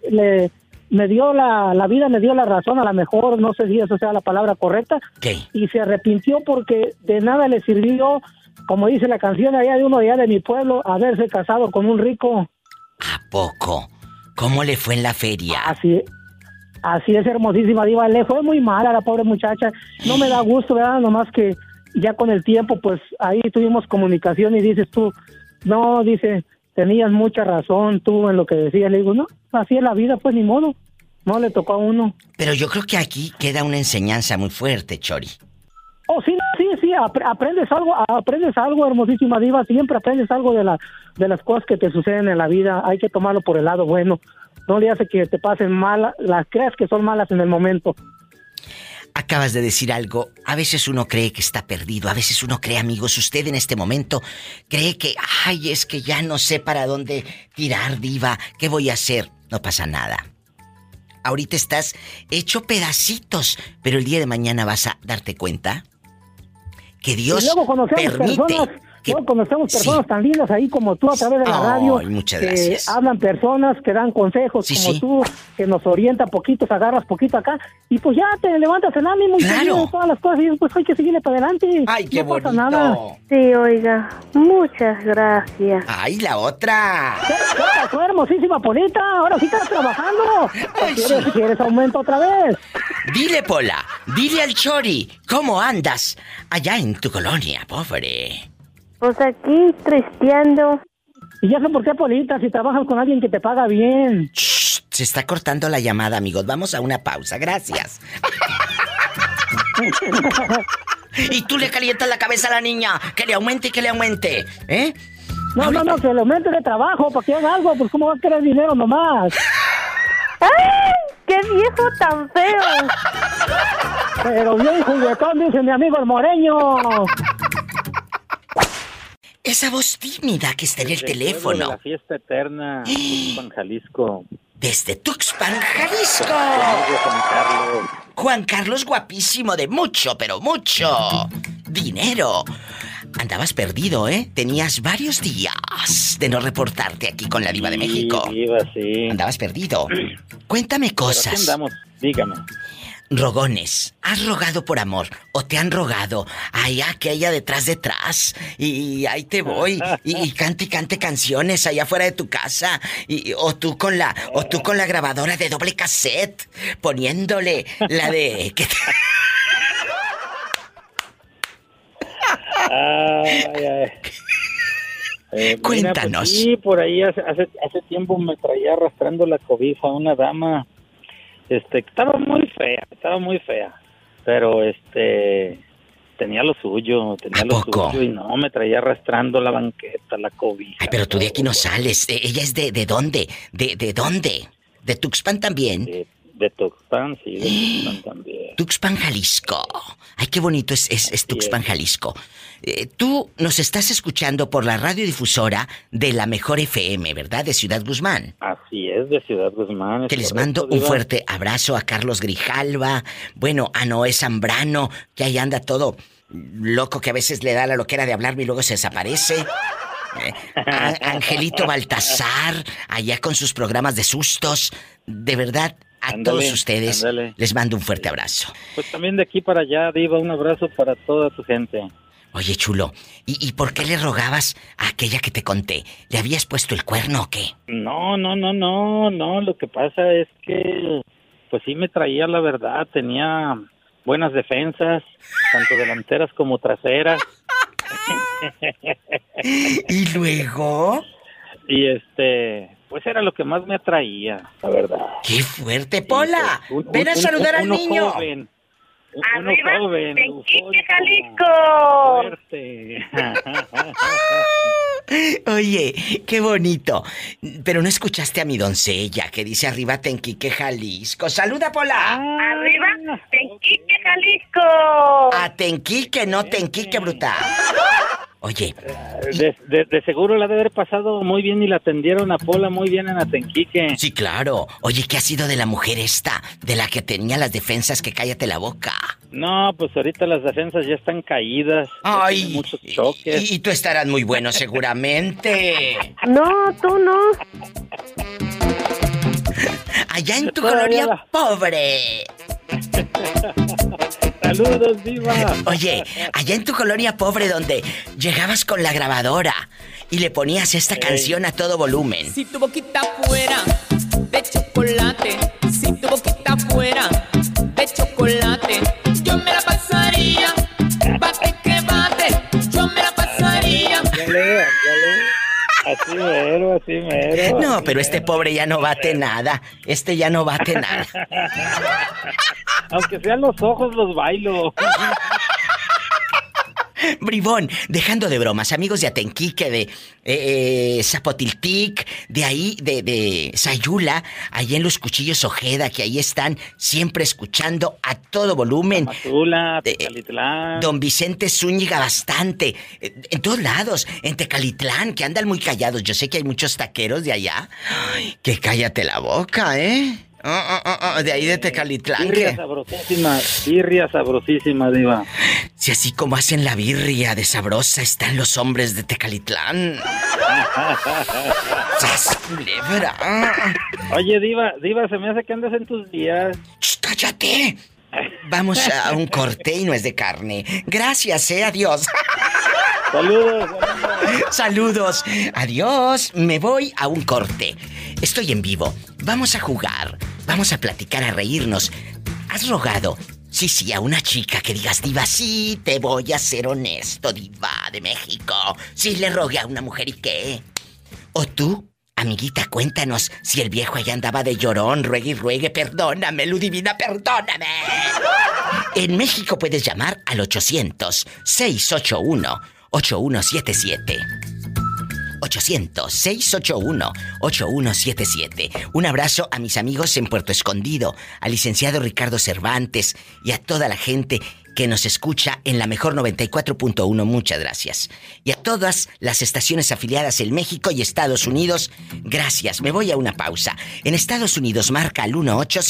me dio la vida, me dio la razón, a lo mejor, no sé si eso sea la palabra correcta. ¿Qué? Y se arrepintió porque de nada le sirvió, como dice la canción allá de uno allá de mi pueblo, haberse casado con un rico. ¿A poco? ¿Cómo le fue en la feria? Así es, hermosísima diva, le fue muy mal a la pobre muchacha. No me da gusto, ¿verdad? Nomás que ya con el tiempo, pues ahí tuvimos comunicación y dices tú, no, dice, tenías mucha razón tú en lo que decías. Le digo, no, así es la vida, pues ni modo, no le tocó a uno. Pero yo creo que aquí queda una enseñanza muy fuerte, Chori. Oh, sí, aprendes algo, hermosísima diva, siempre aprendes algo de las cosas que te suceden en la vida. Hay que tomarlo por el lado bueno. No le hace que te pasen malas, las creas que son malas en el momento. Acabas de decir algo. A veces uno cree que está perdido. A veces uno cree, amigos, usted en este momento cree que, es que ya no sé para dónde tirar, diva. ¿Qué voy a hacer? No pasa nada. Ahorita estás hecho pedacitos, pero el día de mañana vas a darte cuenta que Dios permite. Luego conocemos personas tan lindas ahí como tú a través de la radio. Muchas que gracias. Hablan personas que dan consejos como tú, que nos orientan poquitos, agarras poquito acá y pues ya te levantas el ánimo y te digo todas las cosas y pues hay que seguirle para adelante. ¡Ay, qué bonito! No pasa nada. Sí, oiga, muchas gracias. ¡Ay, la otra! ¿Qué pasó, hermosísima Polita? Ahora sí estás trabajando. ¿Quieres aumento otra vez? Dile, Pola, dile al Chori, ¿cómo andas allá en tu colonia, pobre? Pues aquí, tristeando. Y ya sé por qué, Polita, si trabajas con alguien que te paga bien. Shh, se está cortando la llamada, amigos. Vamos a una pausa, gracias. Y tú le calientas la cabeza a la niña, que le aumente, ¿eh? No, que le aumente de trabajo, para que haga algo, pues cómo va a querer dinero nomás. ¡Ay! ¡Qué viejo tan feo! Pero bien juguetón, dice mi amigo el moreño. Esa voz tímida que está en el teléfono. La fiesta eterna, Tuxpan, Jalisco. Desde Tuxpan, Jalisco. Juan Carlos, guapísimo, de mucho, pero mucho dinero. Andabas perdido, ¿eh? Tenías varios días de no reportarte aquí con la Diva de México. Diva, sí. Andabas perdido. Cuéntame cosas. ¿Pero qué andamos? Dígame. Rogones, ¿has rogado por amor? ¿O te han rogado? Allá que haya detrás, y ahí te voy, y cante canciones allá afuera de tu casa, o tú con la grabadora de doble cassette, poniéndole la de... Cuéntanos. Mira, pues sí, por ahí hace tiempo me traía arrastrando la cobija una dama. Estaba muy fea, pero tenía lo suyo, y no, me traía arrastrando la banqueta, la cobija. Ay, pero tú de aquí no sales. ¿Ella es de dónde? ¿De dónde? ¿De Tuxpan también? De Tuxpan, sí, de Tuxpan también. Tuxpan, Jalisco. Ay, qué bonito es Tuxpan, Jalisco. Tú nos estás escuchando por la radiodifusora de la Mejor FM, ¿verdad? De Ciudad Guzmán. Así es, de Ciudad Guzmán. Que les mando un fuerte abrazo a Carlos Grijalva, bueno, a Noé Zambrano, que ahí anda todo loco, que a veces le da la loquera de hablarme y luego se desaparece. A Angelito Baltasar, allá con sus programas de sustos. De verdad, a todos ustedes les mando un fuerte abrazo. Pues también de aquí para allá, Diva, un abrazo para toda tu gente. Oye, chulo, ¿y por qué le rogabas a aquella que te conté? ¿Le habías puesto el cuerno o qué? No, lo que pasa es que pues sí me traía la verdad, tenía buenas defensas, tanto delanteras como traseras. ¿Y luego? Y pues era lo que más me atraía, la verdad. ¡Qué fuerte, Pola! ¡Ven a saludar al niño! Joven. ¡Arriba, joven, Tenquique, Jalisco! Fuerte. Oye, qué bonito. Pero no escuchaste a mi doncella que dice arriba Tenquique, Jalisco. ¡Saluda, Pola! ¡Arriba, Tenquique, Jalisco! A Tenquique, no Tenquique, brutal. Oye. De seguro la debe haber pasado muy bien y la atendieron a Pola muy bien en Atenquique. Sí, claro. Oye, ¿qué ha sido de la mujer esta? De la que tenía las defensas, que cállate la boca. No, pues ahorita las defensas ya están caídas. Ay, muchos choques. Y tú estarás muy bueno seguramente. No, tú no. Allá en tu colonia pobre. Saludos, Diva. Oye, allá en tu colonia pobre donde llegabas con la grabadora y le ponías esta canción a todo volumen. Si tu boquita fuera de chocolate, si tu boquita fuera de chocolate, yo me la pasaría, bate que bate, yo me la pasaría. Dale. Así mero. No, pero este pobre ya no bate nada. Ya no bate nada. Aunque sean los ojos, los bailo. Bribón, dejando de bromas, amigos de Atenquique, de Zapotiltic, de ahí, de Sayula, allá en Los Cuchillos Ojeda, que ahí están siempre escuchando a todo volumen. Mazula, Tecalitlán. Don Vicente Zúñiga bastante. En todos lados, en Tecalitlán, que andan muy callados. Yo sé que hay muchos taqueros de allá. Ay, que cállate la boca, ¿eh? De ahí de Tecalitlán. Birria sabrosísima, Diva. Si así como hacen la birria de sabrosa están los hombres de Tecalitlán. ¡Sas, culebra! Oye, Diva, se me hace que andas en tus días. ¡Shh, cállate! Vamos a un corte y no es de carne. Gracias, adiós. Saludos. Adiós. Me voy a un corte. Estoy en vivo. Vamos a jugar. Vamos a platicar, a reírnos. ¿Has rogado? Sí, a una chica que digas, Diva, sí, te voy a ser honesto, Diva de México. Sí, le rogué a una mujer y qué. O tú, amiguita, cuéntanos si el viejo allá andaba de llorón, ruegue y ruegue. Perdóname, Ludivina, perdóname. En México puedes llamar al 800-681-8177. 800-681-8177. Un abrazo a mis amigos en Puerto Escondido, al licenciado Ricardo Cervantes y a toda la gente que nos escucha en la Mejor 94.1. Muchas gracias. Y a todas las estaciones afiliadas en México y Estados Unidos, gracias. Me voy a una pausa. En Estados Unidos marca al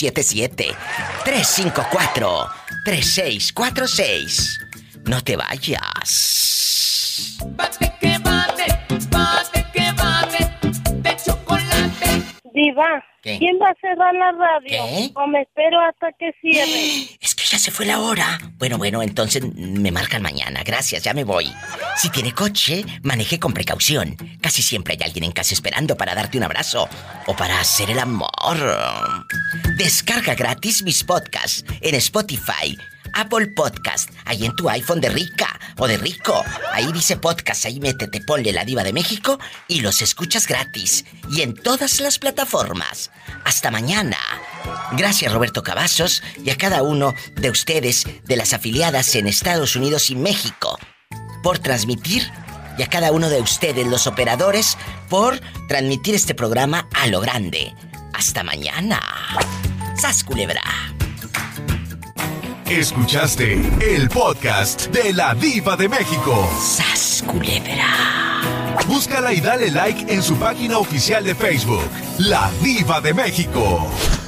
1877-354-3646. No te vayas. Bate que bate, bate que bate, de chocolate. Diva, ¿qué? ¿Quién va a cerrar la radio? ¿Qué? ¿O me espero hasta que cierre? Es que ya se fue la hora. Bueno, entonces me marcan mañana. Gracias, ya me voy. Si tiene coche, maneje con precaución. Casi siempre hay alguien en casa esperando para darte un abrazo o para hacer el amor. Descarga gratis mis podcasts en Spotify, Apple Podcast, ahí en tu iPhone de rica o de rico. Ahí dice podcast, ahí métete, ponle La Diva de México y los escuchas gratis. Y en todas las plataformas. Hasta mañana. Gracias, Roberto Cavazos, y a cada uno de ustedes de las afiliadas en Estados Unidos y México por transmitir, y a cada uno de ustedes, los operadores, por transmitir este programa a lo grande. Hasta mañana. ¡Sas, culebra! Escuchaste el podcast de La Diva de México. ¡Sas, culebra! Búscala y dale like en su página oficial de Facebook, La Diva de México.